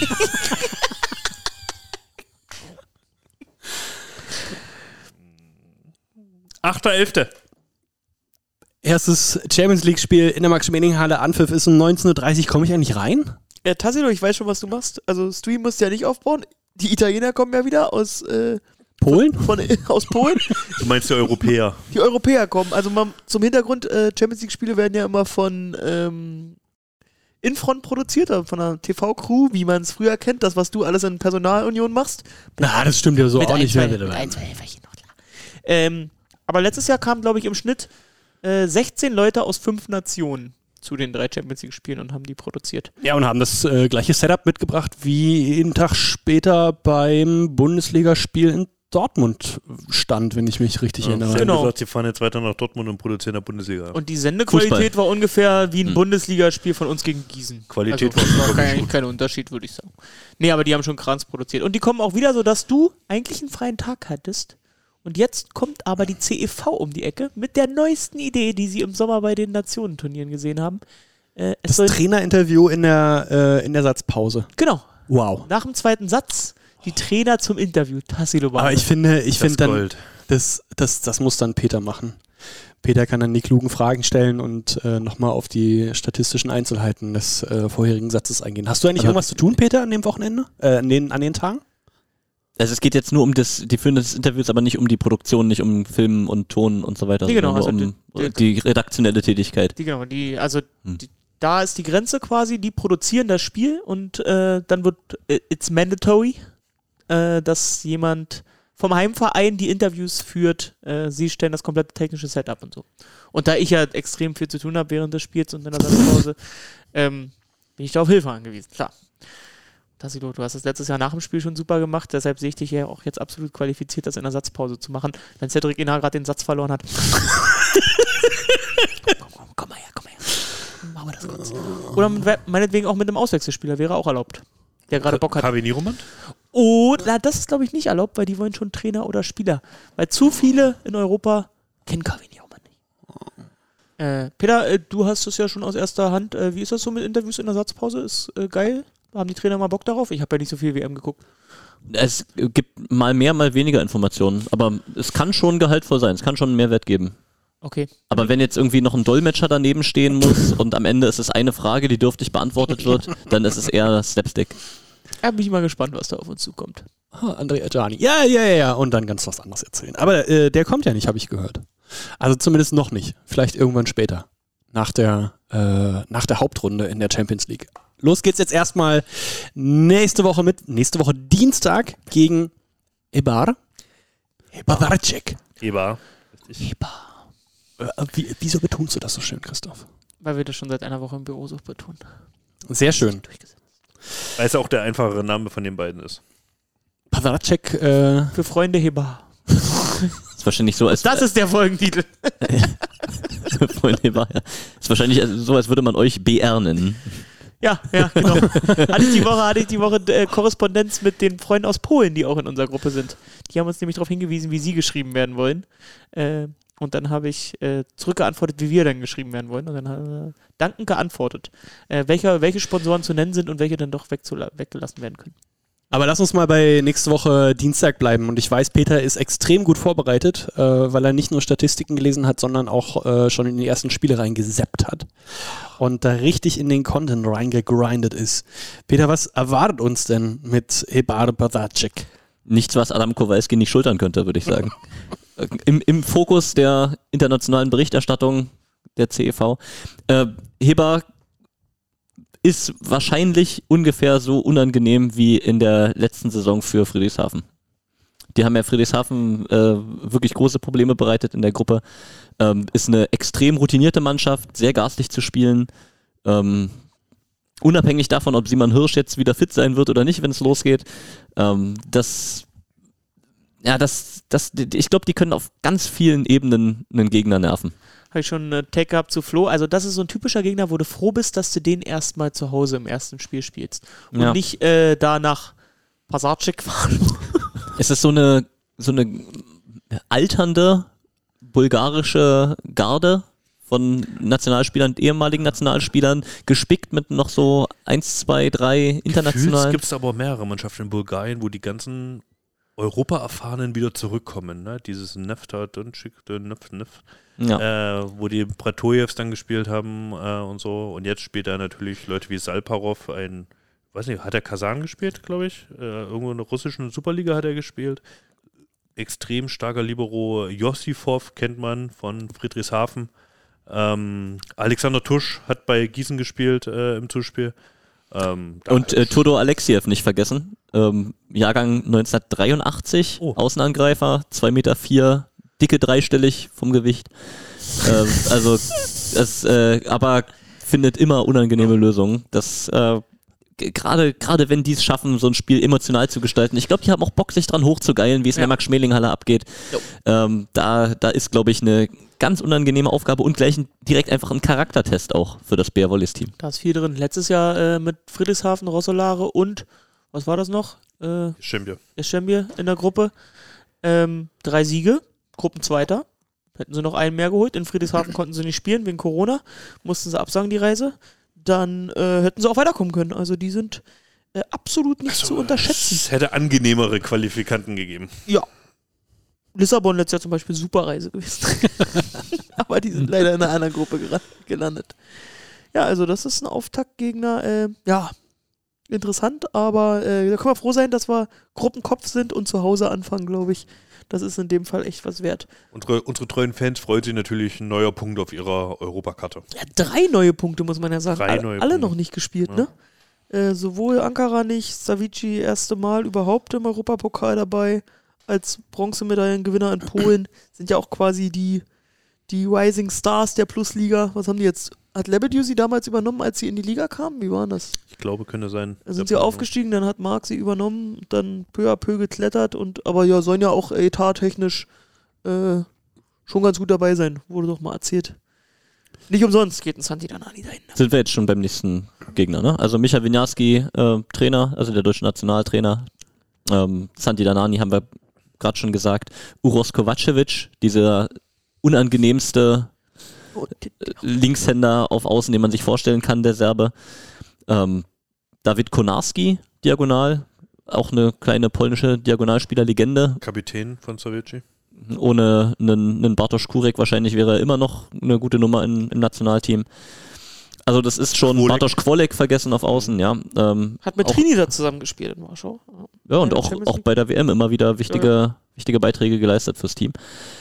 .8.11. Erstes Champions League-Spiel in der Max-Schmeling-Halle. Anpfiff ist um 19.30 Uhr. Komme ich eigentlich rein? Ja, Tassilo, ich weiß schon, was du machst. Also Stream musst du ja nicht aufbauen. Die Italiener kommen ja wieder aus Polen? Aus Polen. Du meinst die Europäer? Die Europäer kommen. Also zum Hintergrund, Champions League-Spiele werden ja immer von Infront produziert, also von einer TV-Crew, wie man es früher kennt. Das, was du alles in Personalunion machst. Na, das stimmt ja so auch nicht. Mit ein, zwei Helferchen noch klar. Aber letztes Jahr kamen, glaube ich, im Schnitt 16 Leute aus 5 Nationen zu den 3 Champions League-Spielen und haben die produziert. Ja, und haben das gleiche Setup mitgebracht, wie einen Tag später beim Bundesligaspiel in Dortmund stand, wenn ich mich richtig erinnere. Sie Genau. haben gesagt, sie fahren jetzt weiter nach Dortmund und produzieren in der Bundesliga. Und die Sendequalität war ungefähr wie ein Bundesligaspiel von uns gegen Gießen. Qualität also, war eigentlich kein Unterschied, würde ich sagen. Nee, aber die haben schon Kranz produziert. Und die kommen auch wieder, sodass du eigentlich einen freien Tag hattest Und jetzt kommt aber die CEV um die Ecke mit der neuesten Idee, die sie im Sommer bei den Nationenturnieren gesehen haben. Das Trainerinterview in der Satzpause. Genau. Wow. Nach dem zweiten Satz die Trainer zum Interview. Tassilo Bartels. Aber ich finde dann, das muss dann Peter machen. Peter kann dann die klugen Fragen stellen und nochmal auf die statistischen Einzelheiten des vorherigen Satzes eingehen. Hast du eigentlich irgendwas zu tun, Peter, an dem Wochenende? An den Tagen? Also es geht jetzt nur um die Führung des Interviews, aber nicht um die Produktion, nicht um Film und Ton und so weiter, nee, genau, sondern um die redaktionelle Tätigkeit. Da ist die Grenze quasi, die produzieren das Spiel und dann wird it's mandatory, dass jemand vom Heimverein die Interviews führt. Sie stellen das komplette technische Setup und so. Und da ich ja extrem viel zu tun habe während des Spiels und in der Satzpause, bin ich da auf Hilfe angewiesen, klar. Tassilo, du hast das letztes Jahr nach dem Spiel schon super gemacht, deshalb sehe ich dich ja auch jetzt absolut qualifiziert, das in der Satzpause zu machen, wenn Cedric Ina gerade den Satz verloren hat. Komm mal her. Machen wir das kurz. Oder meinetwegen auch mit einem Auswechselspieler, wäre auch erlaubt. Der gerade Bock hat. Kavi Nieromand? Oder, das ist glaube ich nicht erlaubt, weil die wollen schon Trainer oder Spieler. Weil zu viele in Europa kennen Kavi Nieromand nicht. Peter, du hast es ja schon aus erster Hand. Wie ist das so mit Interviews in der Satzpause? Ist geil? Haben die Trainer mal Bock darauf? Ich habe ja nicht so viel WM geguckt. Es gibt mal mehr, mal weniger Informationen, aber es kann schon gehaltvoll sein, es kann schon einen Mehrwert geben. Okay. Aber wenn jetzt irgendwie noch ein Dolmetscher daneben stehen muss und am Ende ist es eine Frage, die dürftig beantwortet wird, dann ist es eher Slapstick. Ja, bin ich mal gespannt, was da auf uns zukommt. André Ajani. Ja. Und dann ganz was anderes erzählen. Aber der kommt ja nicht, habe ich gehört. Also zumindest noch nicht. Vielleicht irgendwann später. Nach der Hauptrunde in der Champions League. Los geht's jetzt erstmal nächste Woche Dienstag gegen Eibar. Badarczyk. Eibar. Wieso betonst du das so schön, Christoph? Weil wir das schon seit einer Woche im Büro so betonen. Sehr schön. Weil es auch der einfachere Name von den beiden ist. Badarczyk. Für Freunde Eibar. Ist wahrscheinlich so, als das ist der Folgentitel. Freunde Eibar, ja. Ist wahrscheinlich so, als würde man euch BR nennen. Ja, genau. Hatte ich die Woche Korrespondenz mit den Freunden aus Polen, die auch in unserer Gruppe sind. Die haben uns nämlich darauf hingewiesen, wie sie geschrieben werden wollen. Und dann habe ich zurückgeantwortet, wie wir dann geschrieben werden wollen. Und dann haben dankend geantwortet, welche Sponsoren zu nennen sind und welche dann doch weggelassen werden können. Aber lass uns mal bei nächste Woche Dienstag bleiben. Und ich weiß, Peter ist extrem gut vorbereitet, weil er nicht nur Statistiken gelesen hat, sondern auch schon in die ersten Spiele reingesappt hat. Und da richtig in den Content reingegrindet ist. Peter, was erwartet uns denn mit Eibar Badarczyk? Nichts, was Adam Kowalski nicht schultern könnte, würde ich sagen. Im Fokus der internationalen Berichterstattung der CEV. Eibar ist wahrscheinlich ungefähr so unangenehm wie in der letzten Saison für Friedrichshafen. Die haben ja Friedrichshafen wirklich große Probleme bereitet in der Gruppe. Ist eine extrem routinierte Mannschaft, sehr garstig zu spielen. Unabhängig davon, ob Simon Hirsch jetzt wieder fit sein wird oder nicht, wenn es losgeht. Ich glaube, die können auf ganz vielen Ebenen einen Gegner nerven. Habe ich schon einen Take gehabt zu Flo. Also das ist so ein typischer Gegner, wo du froh bist, dass du den erstmal zu Hause im ersten Spiel spielst. Und nicht da nach Badarczyk fahren. Es ist so eine alternde bulgarische Garde von Nationalspielern, ehemaligen Nationalspielern, gespickt mit noch so 1, 2, 3 internationalen. Es gibt aber mehrere Mannschaften in Bulgarien, wo die ganzen Europa-Erfahrenen wieder zurückkommen. Ne? Dieses Nefta, Doncic, wo die Bratojews dann gespielt haben und so. Und jetzt spielt er natürlich Leute wie Salparov, weiß nicht, hat er Kasan gespielt, glaube ich? Irgendwo in der russischen Superliga hat er gespielt. Extrem starker Libero. Josifov kennt man von Friedrichshafen. Alexander Tusch hat bei Gießen gespielt im Zuspiel. Und Todor Alexiev nicht vergessen. Jahrgang 1983, Außenangreifer, 2,4 Meter, dicke dreistellig vom Gewicht. Aber findet immer unangenehme Lösungen. Das gerade wenn die es schaffen, so ein Spiel emotional zu gestalten. Ich glaube, die haben auch Bock, sich dran hochzugeilen, wie es in der Max-Schmeling-Halle abgeht. Da ist, glaube ich, eine ganz unangenehme Aufgabe und gleich direkt einfach ein Charaktertest auch für das BR Volleys-Team. Da ist viel drin. Letztes Jahr mit Friedrichshafen, Rossolare und, was war das noch? Eschembie in der Gruppe. 3 Siege, Gruppenzweiter. Hätten sie noch einen mehr geholt. In Friedrichshafen konnten sie nicht spielen wegen Corona. Mussten sie absagen, die Reise. Dann hätten sie auch weiterkommen können. Also die sind absolut nicht zu unterschätzen. Es hätte angenehmere Qualifikanten gegeben. Ja. Lissabon letztes Jahr zum Beispiel super Reise gewesen. Aber die sind leider in einer anderen Gruppe gelandet. Ja, also das ist ein Auftaktgegner. Ja, interessant, aber da können wir froh sein, dass wir Gruppenkopf sind und zu Hause anfangen, glaube ich. Das ist in dem Fall echt was wert. Unsere treuen Fans freuen sich natürlich ein neuer Punkt auf ihrer Europakarte. Ja, 3 neue Punkte, muss man ja sagen. Alle noch nicht gespielt, ja. Ne? Sowohl Ankara nicht, Savici erste Mal überhaupt im Europapokal dabei, als Bronzemedaillengewinner in Polen. Sind ja auch quasi die Rising Stars der Plusliga. Was haben die jetzt? Hat Lebedew sie damals übernommen, als sie in die Liga kamen? Wie war das? Ich glaube, könnte sein. Da sind sie aufgestiegen, dann hat Marc sie übernommen, dann peu à peu geklettert aber ja, sollen ja auch etattechnisch schon ganz gut dabei sein. Wurde doch mal erzählt. Nicht umsonst geht ein Santi Danani dahin. Sind wir jetzt schon beim nächsten Gegner, ne? Also Micha Winiarski, Trainer, also der deutsche Nationaltrainer. Santi Danani haben wir gerade schon gesagt. Uros Kovacevic, dieser unangenehmste Linkshänder auf Außen, den man sich vorstellen kann, der Serbe. David Konarski, diagonal, auch eine kleine polnische Diagonalspieler-Legende. Kapitän von Savici. Ohne einen Bartosz Kurek wahrscheinlich wäre er immer noch eine gute Nummer im Nationalteam. Also das ist schon Bartosz Kwolek vergessen auf Außen, ja. Hat mit Trinidad zusammengespielt in Warschau. Ja, und auch bei der WM immer wieder wichtige Beiträge geleistet fürs Team.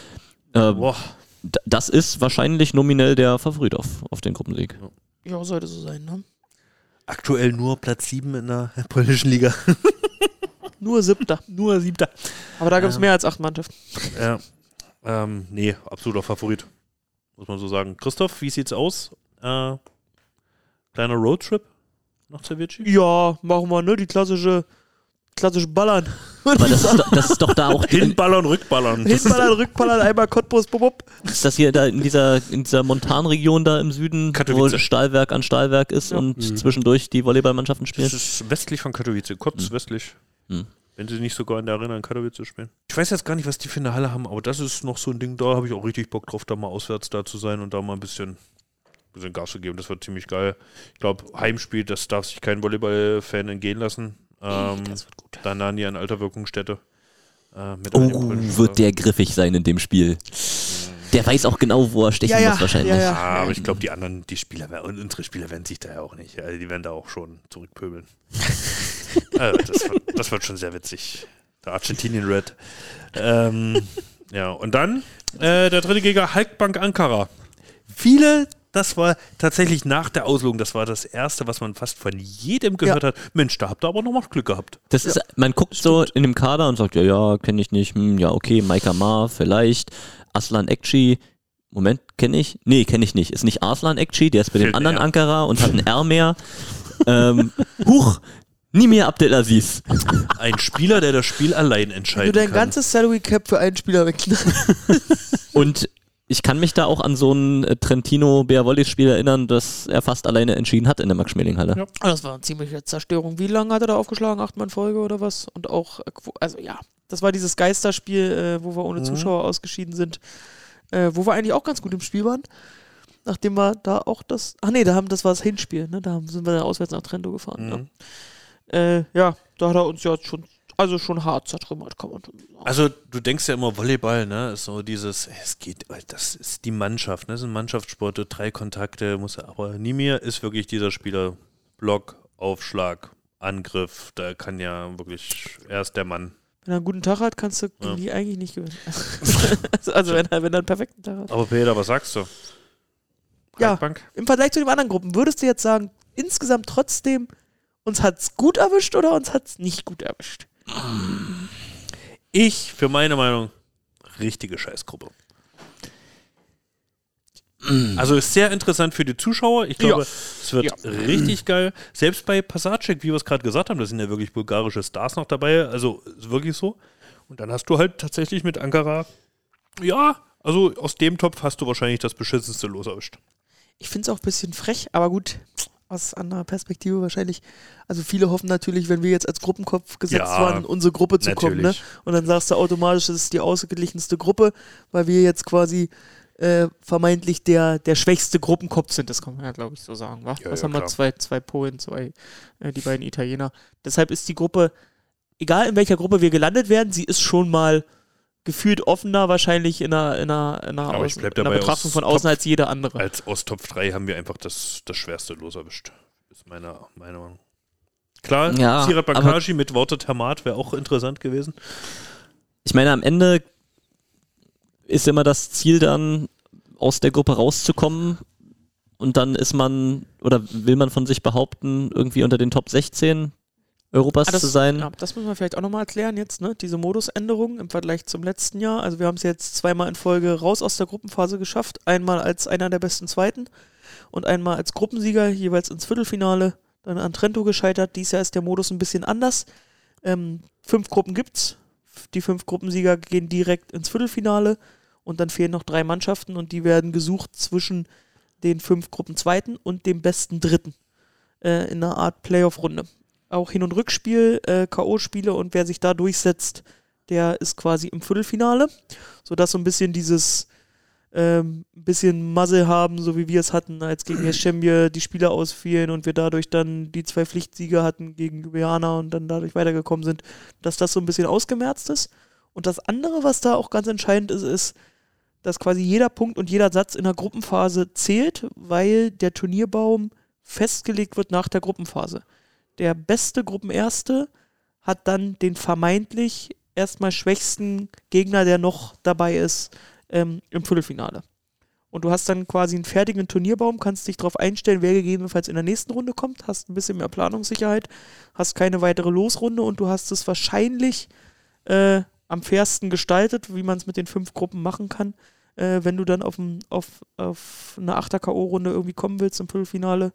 Das ist wahrscheinlich nominell der Favorit auf den Gruppensieg. Ja, sollte so sein, ne? Aktuell nur Platz 7 in der polnischen Liga. Nur 7. Aber da gibt es mehr als 8 Mannschaften. Ja. Nee, absoluter Favorit. Muss man so sagen. Christoph, wie sieht's aus? Kleiner Roadtrip nach Savici? Ja, machen wir, ne? Die klassische Ballern. Aber das ist doch da auch... Hinballern, Rückballern. Hinballern, Rückballern, einmal Cottbus, bub. Ist das hier da in dieser Montanregion da im Süden, Katowice. Wo Stahlwerk an Stahlwerk ist und zwischendurch die Volleyballmannschaften spielen? Das ist westlich von Katowice, kurz westlich. Wenn sie nicht sogar in der Arena in Katowice spielen. Ich weiß jetzt gar nicht, was die für eine Halle haben, aber das ist noch so ein Ding, da habe ich auch richtig Bock drauf, da mal auswärts da zu sein und da mal ein bisschen Gas zu geben. Das wird ziemlich geil. Ich glaube, Heimspiel, das darf sich kein Volleyball-Fan entgehen lassen. Das wird gut. Danani an alter Wirkungsstätte. Wird der griffig sein in dem Spiel. Der weiß auch genau, wo er stechen muss wahrscheinlich. Ja, aber ich glaube, die Spieler und unsere Spieler werden sich da ja auch nicht. Also die werden da auch schon zurückpöbeln. Also das wird schon sehr witzig. Der Argentinian Red. Ja, und dann der dritte Gegner, Halkbank Ankara. Das war tatsächlich nach der Auslosung, das war das Erste, was man fast von jedem gehört hat. Mensch, da habt ihr aber noch mal Glück gehabt. Das ist, man guckt so in dem Kader und sagt, ja, kenne ich nicht, ja, okay, Maika Ma vielleicht, Aslan Ekci, Moment, kenne ich? Nee, kenne ich nicht. Ist nicht Arslan Ekci, der ist bei dem anderen Ankara und hat ein R mehr. Nimir Abdelaziz. Ein Spieler, der das Spiel allein entscheiden kann. Du dein ganzes Salary Cap für einen Spieler wegknallst. Und ich kann mich da auch an so ein Trentino Beavollis-Spiel erinnern, das er fast alleine entschieden hat in der Max-Schmeling-Halle. Ja. Das war eine ziemliche Zerstörung. Wie lange hat er da aufgeschlagen? 8 Mann Folge oder was? Und auch, also ja, das war dieses Geisterspiel, wo wir ohne Zuschauer ausgeschieden sind, wo wir eigentlich auch ganz gut im Spiel waren. Nachdem wir da auch das war das Hinspiel, ne? Da sind wir dann auswärts nach Trento gefahren. Ne? Ja, da hat er uns ja schon hart zertrümmert, kann man schon sagen. Also du denkst ja immer Volleyball, ne, ist so dieses, das ist die Mannschaft, ne, das sind Mannschaftssporte, 3 Kontakte, aber Nimir ist wirklich dieser Spieler, Block, Aufschlag, Angriff, da kann ja wirklich, er ist der Mann. Wenn er einen guten Tag hat, kannst du gegen die eigentlich nicht gewinnen. Also wenn er einen perfekten Tag hat. Aber Peter, was sagst du? Halkbank? Ja, im Vergleich zu den anderen Gruppen, würdest du jetzt sagen, insgesamt trotzdem, uns hat's gut erwischt oder uns hat's nicht gut erwischt? Ich, für meine Meinung, richtige Scheißgruppe. Also ist sehr interessant für die Zuschauer. Ich glaube, es wird richtig geil. Selbst bei Pasacek, wie wir es gerade gesagt haben, da sind ja wirklich bulgarische Stars noch dabei. Also ist wirklich so. Und dann hast du halt tatsächlich mit Ankara, also aus dem Topf hast du wahrscheinlich das beschissenste Los erwischt. Ich finde es auch ein bisschen frech, aber gut. aus anderer Perspektive wahrscheinlich. Also viele hoffen natürlich, wenn wir jetzt als Gruppenkopf gesetzt waren, in unsere Gruppe zu kommen. Ne? Und dann sagst du automatisch, das ist die ausgeglichenste Gruppe, weil wir jetzt quasi vermeintlich der schwächste Gruppenkopf sind. Das kann man ja, glaube ich, so sagen. Wa? Was haben wir? Zwei Polen, die beiden Italiener. Deshalb ist die Gruppe, egal in welcher Gruppe wir gelandet werden, sie ist schon mal gefühlt offener wahrscheinlich in einer Betrachtung von außen als jede andere. Aus Top 3 haben wir einfach das schwerste Los erwischt. Ist meine Meinung. Klar, Sirat Bakaji mit Worte Tamat wäre auch interessant gewesen. Ich meine, am Ende ist immer das Ziel dann, aus der Gruppe rauszukommen und dann ist man, oder will man von sich behaupten, irgendwie unter den Top 16 Europas zu sein. Ja, das müssen wir vielleicht auch nochmal erklären jetzt, ne? Diese Modusänderung im Vergleich zum letzten Jahr. Also wir haben es jetzt zweimal in Folge raus aus der Gruppenphase geschafft. Einmal als einer der besten Zweiten und einmal als Gruppensieger, jeweils ins Viertelfinale, dann an Trento gescheitert. Dieses Jahr ist der Modus ein bisschen anders. 5 Gruppen gibt's. Die 5 Gruppensieger gehen direkt ins Viertelfinale und dann fehlen noch 3 Mannschaften und die werden gesucht zwischen den 5 Gruppenzweiten und dem besten Dritten in einer Art Playoff-Runde. Auch Hin- und Rückspiel, K.O.-Spiele und wer sich da durchsetzt, der ist quasi im Viertelfinale, sodass so ein bisschen dieses bisschen Muzzle haben, so wie wir es hatten, als gegen Eschembie die Spieler ausfielen und wir dadurch dann die 2 Pflichtsieger hatten gegen Ljubljana und dann dadurch weitergekommen sind, dass das so ein bisschen ausgemerzt ist. Und das andere, was da auch ganz entscheidend ist, ist, dass quasi jeder Punkt und jeder Satz in der Gruppenphase zählt, weil der Turnierbaum festgelegt wird nach der Gruppenphase. Der beste Gruppenerste hat dann den vermeintlich erstmal schwächsten Gegner, der noch dabei ist, im Viertelfinale. Und du hast dann quasi einen fertigen Turnierbaum, kannst dich darauf einstellen, wer gegebenenfalls in der nächsten Runde kommt, hast ein bisschen mehr Planungssicherheit, hast keine weitere Losrunde und du hast es wahrscheinlich am fairsten gestaltet, wie man es mit den 5 Gruppen machen kann, wenn du dann auf eine 8er K.O.-Runde irgendwie kommen willst im Viertelfinale.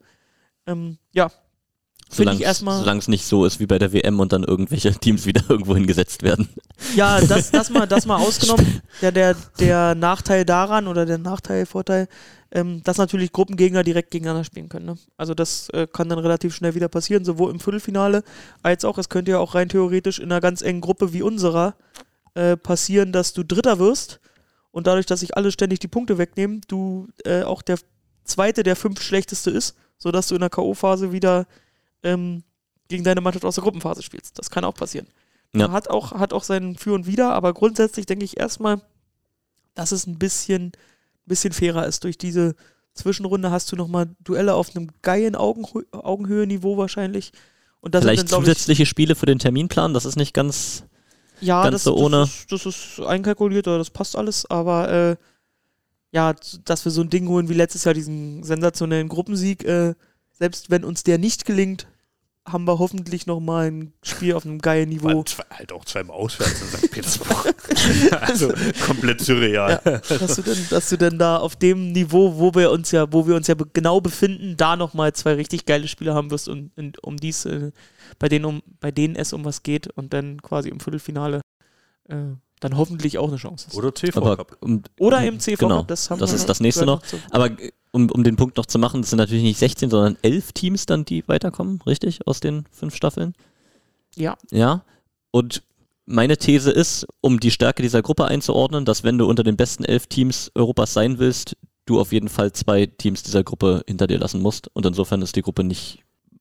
Solange es nicht so ist wie bei der WM und dann irgendwelche Teams wieder irgendwo hingesetzt werden. Ja, das mal ausgenommen. Der Nachteil daran oder der Vorteil, dass natürlich Gruppengegner direkt gegeneinander spielen können. Ne? Also das kann dann relativ schnell wieder passieren, sowohl im Viertelfinale als auch, es könnte ja auch rein theoretisch in einer ganz engen Gruppe wie unserer passieren, dass du Dritter wirst und dadurch, dass sich alle ständig die Punkte wegnehmen, du auch der Zweite, der 5 Schlechteste ist, sodass du in der K.O.-Phase wieder gegen deine Mannschaft aus der Gruppenphase spielst. Das kann auch passieren. Ja. Hat auch sein Für und Wider, aber grundsätzlich denke ich erstmal, dass es ein bisschen fairer ist. Durch diese Zwischenrunde hast du nochmal Duelle auf einem geilen Augenhöhe-Niveau wahrscheinlich. Und das vielleicht dann, zusätzliche Spiele für den Terminplan, das ist nicht ganz so ohne. Das ist einkalkuliert, oder das passt alles, aber dass wir so ein Ding holen wie letztes Jahr, diesen sensationellen Gruppensieg, selbst wenn uns der nicht gelingt, haben wir hoffentlich nochmal ein Spiel auf einem geilen Niveau. Halt auch zweimal auswärts in St. Petersburg. Also komplett surreal. Ja, dass du denn da auf dem Niveau, wo wir uns ja genau befinden, da nochmal 2 richtig geile Spiele haben wirst und bei denen es um was geht und dann quasi im Viertelfinale dann hoffentlich auch eine Chance hast. Oder CV-Cup. Oder im CV-Cup. Genau, das ist das nächste noch. Aber um den Punkt noch zu machen, das sind natürlich nicht 16, sondern 11 Teams dann, die weiterkommen, richtig? Aus den 5 Staffeln? Ja. Ja. Und meine These ist, um die Stärke dieser Gruppe einzuordnen, dass wenn du unter den besten 11 Teams Europas sein willst, du auf jeden Fall 2 Teams dieser Gruppe hinter dir lassen musst. Und insofern ist die Gruppe nicht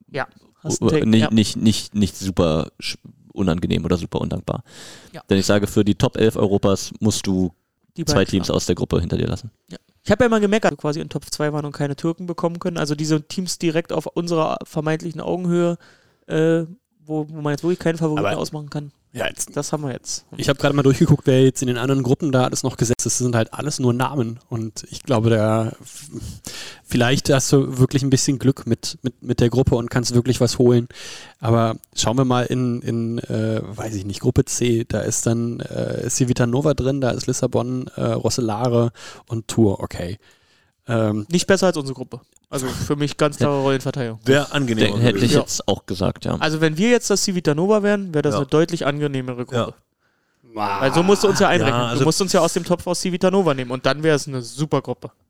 super unangenehm oder super undankbar. Ja. Denn ich sage, für die Top 11 Europas musst du 2 Teams aus der Gruppe hinter dir lassen. Ja. Ich habe ja immer gemerkt, dass wir quasi in Top 2 waren und keine Türken bekommen können. Also diese Teams direkt auf unserer vermeintlichen Augenhöhe, wo man jetzt wirklich keinen Favoriten ausmachen kann. Ja, das haben wir jetzt. Ich habe gerade mal durchgeguckt, wer jetzt in den anderen Gruppen da alles noch gesetzt ist. Das sind halt alles nur Namen. Und ich glaube, vielleicht hast du wirklich ein bisschen Glück mit der Gruppe und kannst wirklich was holen. Aber schauen wir mal in weiß ich nicht, Gruppe C. Da ist dann Civitanova drin, da ist Lissabon, Rossellare und Tour. Okay. Nicht besser als unsere Gruppe. Also für mich ganz klare Rollenverteilung. Wäre angenehmer. Hätte ich jetzt auch gesagt, ja. Also wenn wir jetzt das Civitanova wären, wäre das eine deutlich angenehmere Gruppe. Ja. Weil so musst du uns ja einrechnen. Du musst uns ja aus dem Topf aus Civitanova nehmen und dann wäre es eine super Gruppe.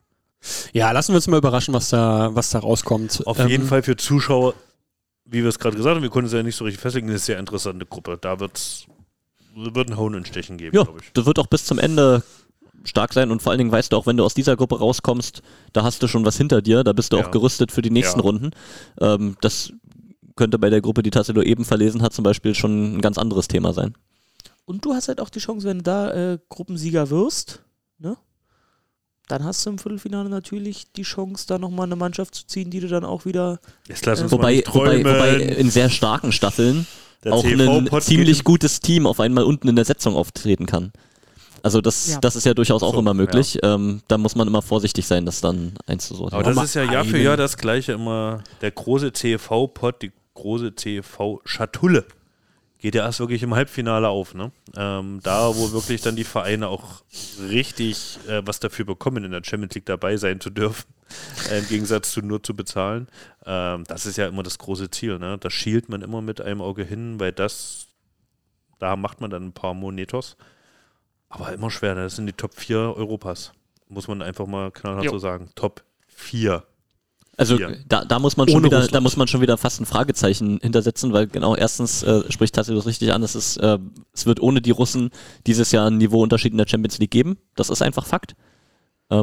Ja, lassen wir uns mal überraschen, was da rauskommt. Auf jeden Fall für Zuschauer, wie wir es gerade gesagt haben, wir konnten es ja nicht so richtig festlegen, eine sehr interessante Gruppe. Da wird ein Hauen und Stechen geben, Ja, glaube ich. das wird auch bis zum Ende stark sein und vor allen Dingen weißt du auch, wenn du aus dieser Gruppe rauskommst, da hast du schon was hinter dir, da bist du auch gerüstet für die nächsten Runden. Das könnte bei der Gruppe, die Tassilo eben verlesen hat, zum Beispiel schon ein ganz anderes Thema sein. Und du hast halt auch die Chance, wenn du da Gruppensieger wirst, ne? Dann hast du im Viertelfinale natürlich die Chance, da nochmal eine Mannschaft zu ziehen, die du dann auch wieder... Wobei in sehr starken Staffeln auch ein ziemlich gutes Team auf einmal unten in der Setzung auftreten kann. Also das ist ja durchaus auch immer möglich. Ja. Da muss man immer vorsichtig sein, das dann einzusortieren. Aber das ist ja Jahr für Jahr das Gleiche immer. Der große CEV-Pot, die große CEV-Schatulle geht ja erst wirklich im Halbfinale auf. Ne? Da, wo wirklich dann die Vereine auch richtig was dafür bekommen, in der Champions League dabei sein zu dürfen, im Gegensatz zu nur zu bezahlen. Das ist ja immer das große Ziel. Ne? Da schielt man immer mit einem Auge hin, weil da macht man dann ein paar Monetos. Aber immer schwer, das sind die Top 4 Europas. Muss man einfach mal knallhart so sagen. Top 4. Also da muss man schon wieder fast ein Fragezeichen hintersetzen, weil genau erstens spricht Tassilo das richtig an, es wird ohne die Russen dieses Jahr einen Niveauunterschied in der Champions League geben. Das ist einfach Fakt. Da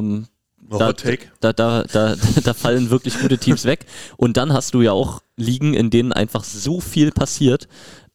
fallen wirklich gute Teams weg. Und dann hast du ja auch Ligen, in denen einfach so viel passiert.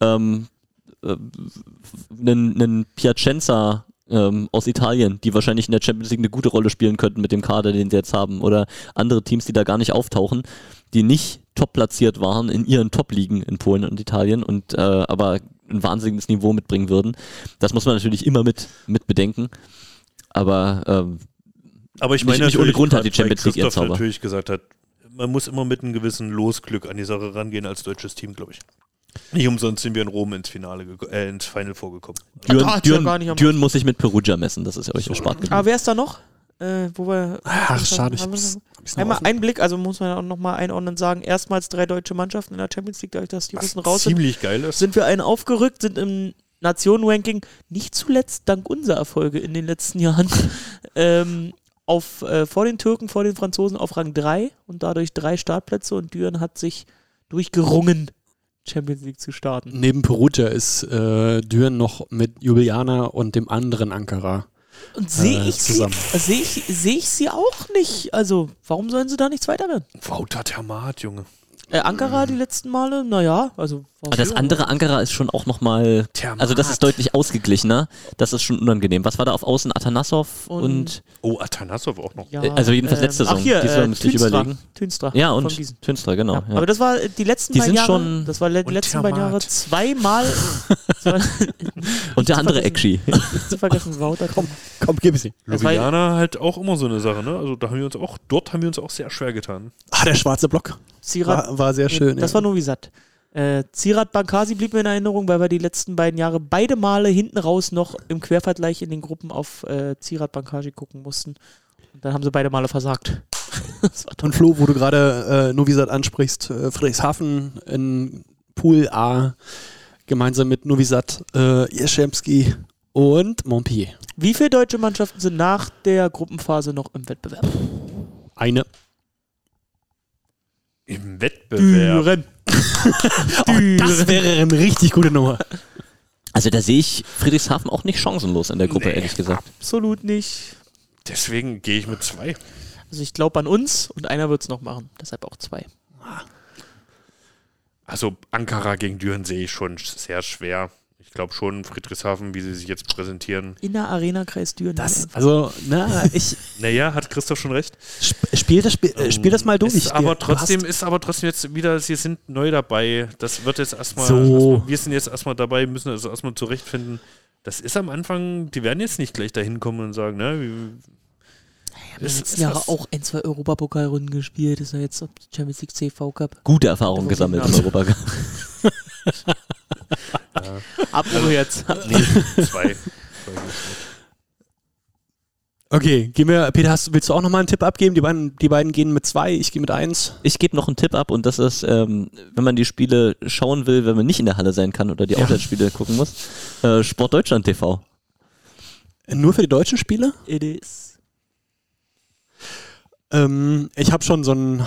Einen Piacenza aus Italien, die wahrscheinlich in der Champions League eine gute Rolle spielen könnten mit dem Kader, den sie jetzt haben, oder andere Teams, die da gar nicht auftauchen, die nicht top platziert waren in ihren Top-Ligen in Polen und Italien und aber ein wahnsinniges Niveau mitbringen würden. Das muss man natürlich immer mit bedenken. Aber ich meine, nicht ohne Grund hat die Champions League ihren Zauber. Natürlich gesagt hat, man muss immer mit einem gewissen Losglück an die Sache rangehen als deutsches Team, glaube ich. Nicht umsonst sind wir in Rom ins Final vorgekommen. Düren muss sich mit Perugia messen, das ist ja euch erspart geblieben. Aber wer ist da noch? Schade. Einmal einen Blick, also muss man ja auch nochmal einordnen sagen, erstmals 3 deutsche Mannschaften in der Champions League, dadurch, dass die Russen raus sind. Ziemlich geil ist. Sind wir einen aufgerückt, sind im Nationenranking, nicht zuletzt dank unserer Erfolge in den letzten Jahren, vor den Türken, vor den Franzosen auf Rang 3 und dadurch 3 Startplätze und Düren hat sich durchgerungen, Champions League zu starten. Neben Perugia ist Düren noch mit Ljubljana und dem anderen Ankara. Und sehe ich sie auch nicht. Also, warum sollen sie da nicht Zweiter werden? Wouter Termat, Junge. Ankara die letzten Male, naja, also... Aber das andere Ankara ist schon auch nochmal... Also das ist deutlich ausgeglichener. Das ist schon unangenehm. Was war da auf Außen? Atanassov und... Oh, Atanassov auch noch. Ja, also jedenfalls letzte Saison. Diesmal müsste ich überlegen. Tünstra. Ja, und Tünstra, genau. Ja. Aber das war die letzten beiden Jahre... Das war die letzten beiden Jahre zweimal... und der andere Ekshi. Nicht zu vergessen, Wouter. Komm, gib es ihm. Ljubljana halt auch immer so eine Sache, ne? Also dort haben wir uns auch sehr schwer getan. Der schwarze Block. War sehr schön. Das war Novi Sad. Ziraat Bankasi blieb mir in Erinnerung, weil wir die letzten beiden Jahre beide Male hinten raus noch im Quervergleich in den Gruppen auf Ziraat Bankasi gucken mussten. Und dann haben sie beide Male versagt. Und Flo, wo du gerade Novi Sad ansprichst, Friedrichshafen in Pool A gemeinsam mit Novi Sad, Jastrzębski und Montpellier. Wie viele deutsche Mannschaften sind nach der Gruppenphase noch im Wettbewerb? Eine. Im Wettbewerb? Düren. Das wäre eine richtig gute Nummer. Also da sehe ich Friedrichshafen auch nicht chancenlos in der Gruppe, ehrlich gesagt. Absolut nicht. Deswegen gehe ich mit 2. Also ich glaube an uns und einer wird es noch machen. Deshalb auch 2. Also Ankara gegen Düren sehe ich schon sehr schwer. Ich glaube schon, Friedrichshafen, wie sie sich jetzt präsentieren. In der Arena-Kreis Düren. Naja, hat Christoph schon recht. Spiel das mal durch. Ist aber trotzdem jetzt wieder, sie sind neu dabei. Das wird jetzt erstmal, wir sind jetzt erstmal dabei, müssen also erstmal zurechtfinden. Das ist am Anfang, die werden jetzt nicht gleich dahin kommen und sagen, ne, wir haben letzten Jahre auch 2 Europapokalrunden gespielt. Das ist ja jetzt Champions League CV Cup. Gute Erfahrungen gesammelt im Europacup. Abbruch jetzt. Nee, 2. Okay, Peter, willst du auch nochmal einen Tipp abgeben? Die beiden gehen mit 2, ich gehe mit 1. Ich gebe noch einen Tipp ab und das ist, wenn man die Spiele schauen will, wenn man nicht in der Halle sein kann oder die Auswärtsspiele gucken muss, Sport Deutschland TV. Nur für die deutschen Spiele? It is. Ich habe schon so ein...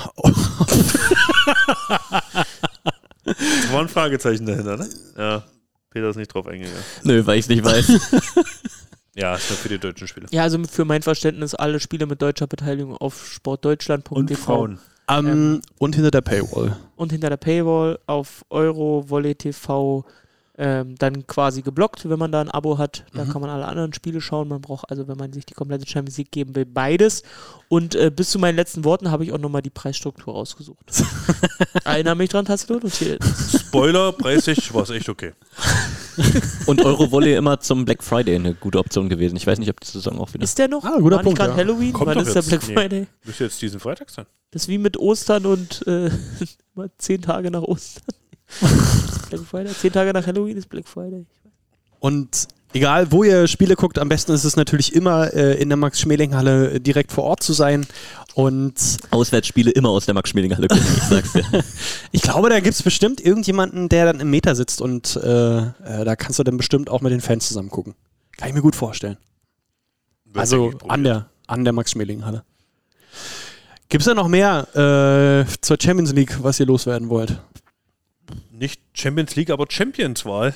Das war ein Fragezeichen dahinter, ne? Ja, Peter ist nicht drauf eingegangen. Nö, weil ich es nicht weiß. Ja, ist nur für die deutschen Spiele. Ja, also für mein Verständnis alle Spiele mit deutscher Beteiligung auf sportdeutschland.tv. Und Frauen. Und hinter der Paywall. Und hinter der Paywall auf Euro, Volley TV dann quasi geblockt, wenn man da ein Abo hat. Da kann man alle anderen Spiele schauen. Man braucht also, wenn man sich die komplette Champions League geben will, beides. Und bis zu meinen letzten Worten habe ich auch nochmal die Preisstruktur rausgesucht. Erinnere mich dran, hast du notiert? Spoiler, preislich war es echt okay. Und Eurovolley immer zum Black Friday eine gute Option gewesen. Ich weiß nicht, ob die Saison auch wieder... Ist der noch? Guter war Punkt, nicht gerade ja. Halloween? Kommt Wann doch ist der jetzt. Black Friday? Müsste jetzt diesen Freitag sein. Das ist wie mit Ostern und mal 10 Tage nach Ostern. Black Friday. 10 Tage nach Halloween ist Black Friday. Und egal, wo ihr Spiele guckt, am besten ist es natürlich immer in der Max-Schmeling-Halle direkt vor Ort zu sein. Und Auswärtsspiele immer aus der Max-Schmeling-Halle gucken, ich sag's dir. ich glaube, da gibt es bestimmt irgendjemanden, der dann im Meter sitzt und da kannst du dann bestimmt auch mit den Fans zusammen gucken. Kann ich mir gut vorstellen. Also an der Max-Schmeling-Halle. Gibt es da noch mehr zur Champions League, was ihr loswerden wollt? Nicht Champions League, aber Champions-Wahl.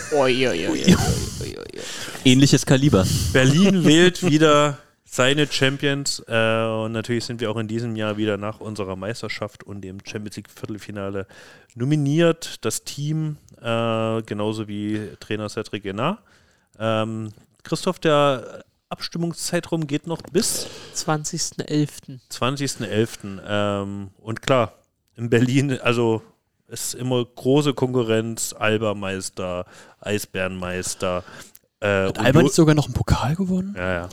Ähnliches Kaliber. Berlin wählt wieder seine Champions und natürlich sind wir auch in diesem Jahr wieder nach unserer Meisterschaft und dem Champions League Viertelfinale nominiert. Das Team, genauso wie Trainer Cedric Guenard. Christoph, der Abstimmungszeitraum geht noch bis 20.11. 20.11. Und klar, in Berlin, also ist immer große Konkurrenz, Alba-Meister, Eisbärenmeister. Hat Alba nicht sogar noch einen Pokal gewonnen? Ja.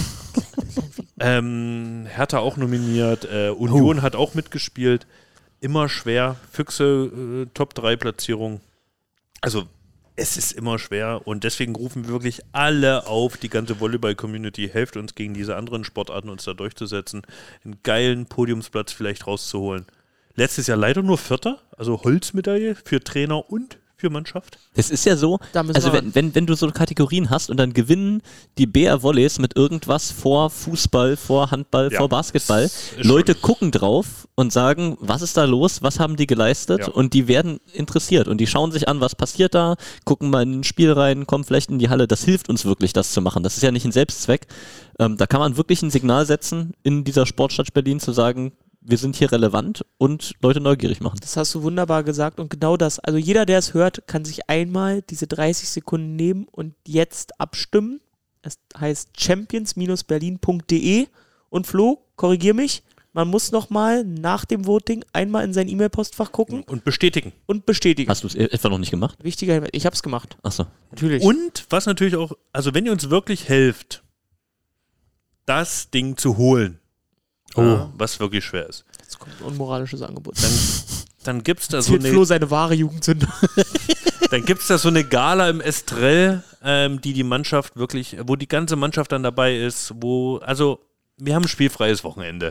Hertha auch nominiert, Union hat auch mitgespielt. Immer schwer. Füchse, Top-3-Platzierung. Also es ist immer schwer und deswegen rufen wir wirklich alle auf, die ganze Volleyball-Community, helft uns gegen diese anderen Sportarten uns da durchzusetzen, einen geilen Podiumsplatz vielleicht rauszuholen. Letztes Jahr leider nur Vierter, also Holzmedaille für Trainer und für Mannschaft. Das ist ja so, also wenn du so Kategorien hast und dann gewinnen die BR Volleys mit irgendwas vor Fußball, vor Handball, vor Basketball, Leute gucken drauf und sagen, was ist da los, was haben die geleistet und die werden interessiert und die schauen sich an, was passiert da, gucken mal in ein Spiel rein, kommen vielleicht in die Halle, das hilft uns wirklich, das zu machen. Das ist ja nicht ein Selbstzweck. Da kann man wirklich ein Signal setzen in dieser Sportstadt Berlin zu sagen, wir sind hier relevant und Leute neugierig machen. Das hast du wunderbar gesagt und genau das. Also jeder, der es hört, kann sich einmal diese 30 Sekunden nehmen und jetzt abstimmen. Es heißt champions-berlin.de und Flo, korrigier mich, man muss nochmal nach dem Voting einmal in sein E-Mail-Postfach gucken. Und bestätigen. Hast du es etwa noch nicht gemacht? Wichtiger Hinweis, ich habe es gemacht. Achso. Natürlich. Und was natürlich auch, also wenn ihr uns wirklich helft, das Ding zu holen, was wirklich schwer ist. Jetzt kommt ein unmoralisches Angebot. Dann gibt es da so eine... Flo seine wahre Jugendsünde. Dann gibt es da so eine Gala im Estrell, die Mannschaft wirklich, wo die ganze Mannschaft dann dabei ist, also wir haben ein spielfreies Wochenende.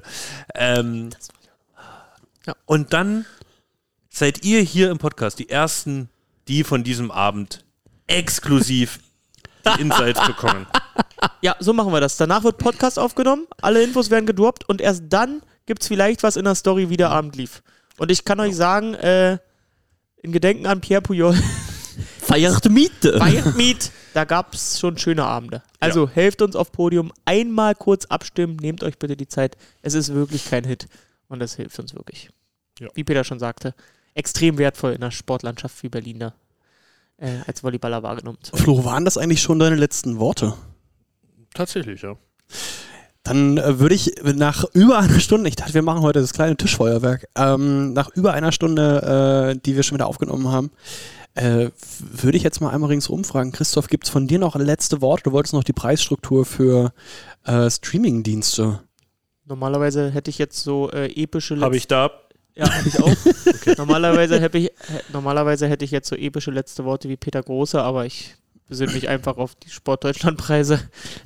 Und dann seid ihr hier im Podcast die Ersten, die von diesem Abend exklusiv die Insights bekommen. Ja, so machen wir das. Danach wird Podcast aufgenommen, alle Infos werden gedroppt und erst dann gibt es vielleicht was in der Story, wie der Abend lief. Und ich kann euch sagen, in Gedenken an Pierre Puyol Feiert Miete. Da gab es schon schöne Abende. Also helft uns auf Podium, einmal kurz abstimmen, nehmt euch bitte die Zeit. Es ist wirklich kein Hit und das hilft uns wirklich. Ja. Wie Peter schon sagte, extrem wertvoll in einer Sportlandschaft wie Berlin da als Volleyballer wahrgenommen zu werden. Flo, waren das eigentlich schon deine letzten Worte? Tatsächlich, ja. Dann würde ich nach über einer Stunde, ich dachte, wir machen heute das kleine Tischfeuerwerk, nach über einer Stunde, die wir schon wieder aufgenommen haben, würde ich jetzt mal einmal ringsherum fragen. Christoph, gibt es von dir noch letzte Worte? Du wolltest noch die Preisstruktur für Streaming-Dienste. Normalerweise hätte ich jetzt so epische... Habe ich da? Ja, habe ich auch. Okay. Normalerweise hätte ich jetzt so epische letzte Worte wie Peter Große, aber ich besinne mich einfach auf die Sportdeutschland-Preise.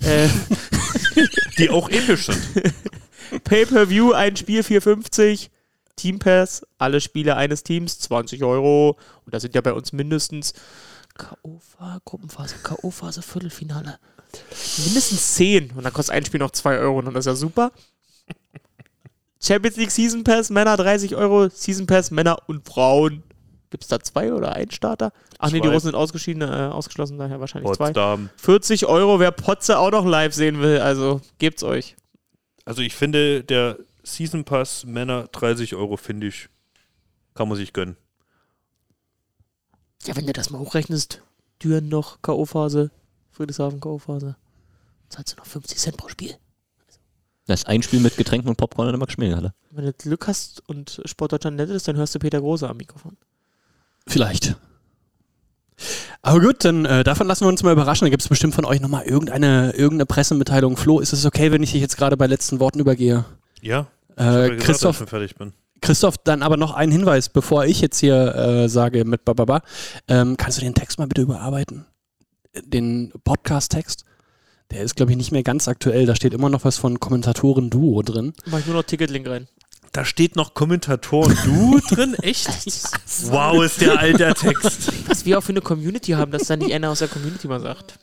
Die auch episch sind. Pay-Per-View, ein Spiel 4,50. Teampass, alle Spiele eines Teams, 20 €. Und das sind ja bei uns mindestens Gruppenphase, Viertelfinale. Mindestens 10. Und dann kostet ein Spiel noch 2 € und das ist ja super. Champions League Season Pass, Männer 30 €, Season Pass, Männer und Frauen. Gibt es da 2 oder einen Starter? Ach nee, die Russen sind ausgeschlossen, daher wahrscheinlich 2. Potsdam. 40 €, wer Potze auch noch live sehen will, also gebt's euch. Also ich finde, der Season Pass Männer 30 €, finde ich, kann man sich gönnen. Ja, wenn du das mal hochrechnest, Düren noch K.O.-Phase, Friedrichshafen K.O.-Phase, zahlst du noch 50 Cent pro Spiel. Das ist ein Spiel mit Getränken und Popcorn in der Max-Schmeling-Halle. Wenn du Glück hast und Sportdeutschland nett ist, dann hörst du Peter Große am Mikrofon. Vielleicht. Aber gut, dann davon lassen wir uns mal überraschen. Da gibt es bestimmt von euch nochmal irgendeine Pressemitteilung. Flo, ist es okay, wenn ich dich jetzt gerade bei letzten Worten übergehe? Ja. Christoph, dass ich schon fertig bin. Christoph, dann aber noch einen Hinweis, bevor ich jetzt hier sage mit Bababa. Kannst du den Text mal bitte überarbeiten? Den Podcast-Text? Der ist, glaube ich, nicht mehr ganz aktuell. Da steht immer noch was von Kommentatoren-Duo drin. Mach ich nur noch Ticketlink rein. Da steht noch Kommentatoren-Du drin? Echt? Wow, ist der alter Text. Was wir auch für eine Community haben, dass dann nicht einer aus der Community mal sagt.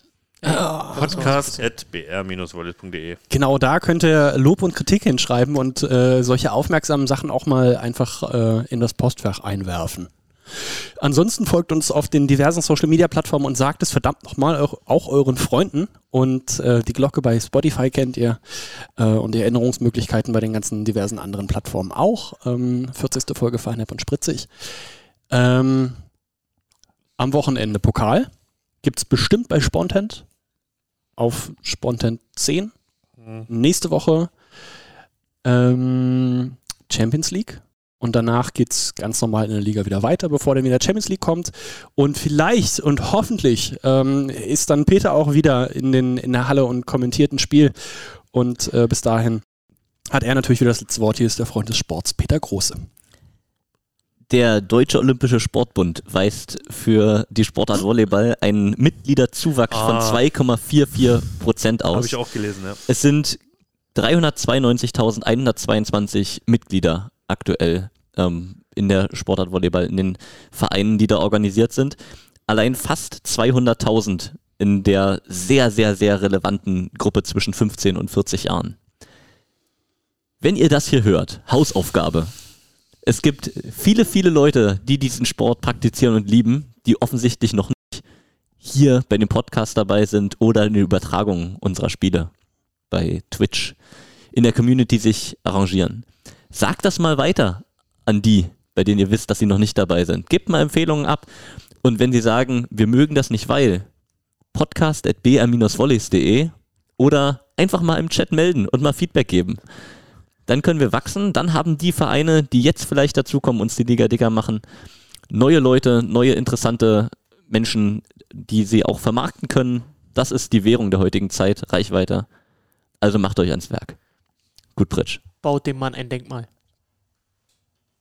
Podcast@br-wallis.de. Genau, da könnt ihr Lob und Kritik hinschreiben und solche aufmerksamen Sachen auch mal einfach in das Postfach einwerfen. Ansonsten folgt uns auf den diversen Social-Media-Plattformen und sagt es verdammt nochmal auch euren Freunden. Und die Glocke bei Spotify kennt ihr und die Erinnerungsmöglichkeiten bei den ganzen diversen anderen Plattformen auch. 40. Folge Feinherb und Spritzig. Am Wochenende Pokal. Gibt es bestimmt bei Spontent auf Spontent 10. Nächste Woche Champions League. Und danach geht es ganz normal in der Liga wieder weiter, bevor dann wieder Champions League kommt. Und vielleicht und hoffentlich ist dann Peter auch wieder in der Halle und kommentiert ein Spiel. Und bis dahin hat er natürlich wieder das letzte Wort. Hier ist der Freund des Sports, Peter Große. Der Deutsche Olympische Sportbund weist für die Sportart Volleyball einen Mitgliederzuwachs von 2,44% aus. Habe ich auch gelesen, ja. Es sind 392.122 Mitglieder aktuell in der Sportart Volleyball, in den Vereinen, die da organisiert sind. Allein fast 200.000 in der sehr, sehr, sehr relevanten Gruppe zwischen 15 und 40 Jahren. Wenn ihr das hier hört, Hausaufgabe. Es gibt viele, viele Leute, die diesen Sport praktizieren und lieben, die offensichtlich noch nicht hier bei dem Podcast dabei sind oder in der Übertragung unserer Spiele bei Twitch in der Community sich arrangieren. Sagt das mal weiter an die, bei denen ihr wisst, dass sie noch nicht dabei sind. Gebt mal Empfehlungen ab. Und wenn sie sagen, wir mögen das nicht, weil podcast@br-volleys.de oder einfach mal im Chat melden und mal Feedback geben. Dann können wir wachsen. Dann haben die Vereine, die jetzt vielleicht dazukommen, uns die Liga dicker machen, neue Leute, neue interessante Menschen, die sie auch vermarkten können. Das ist die Währung der heutigen Zeit, Reichweite. Also macht euch ans Werk. Gut, Pritsch. Baut dem Mann ein Denkmal.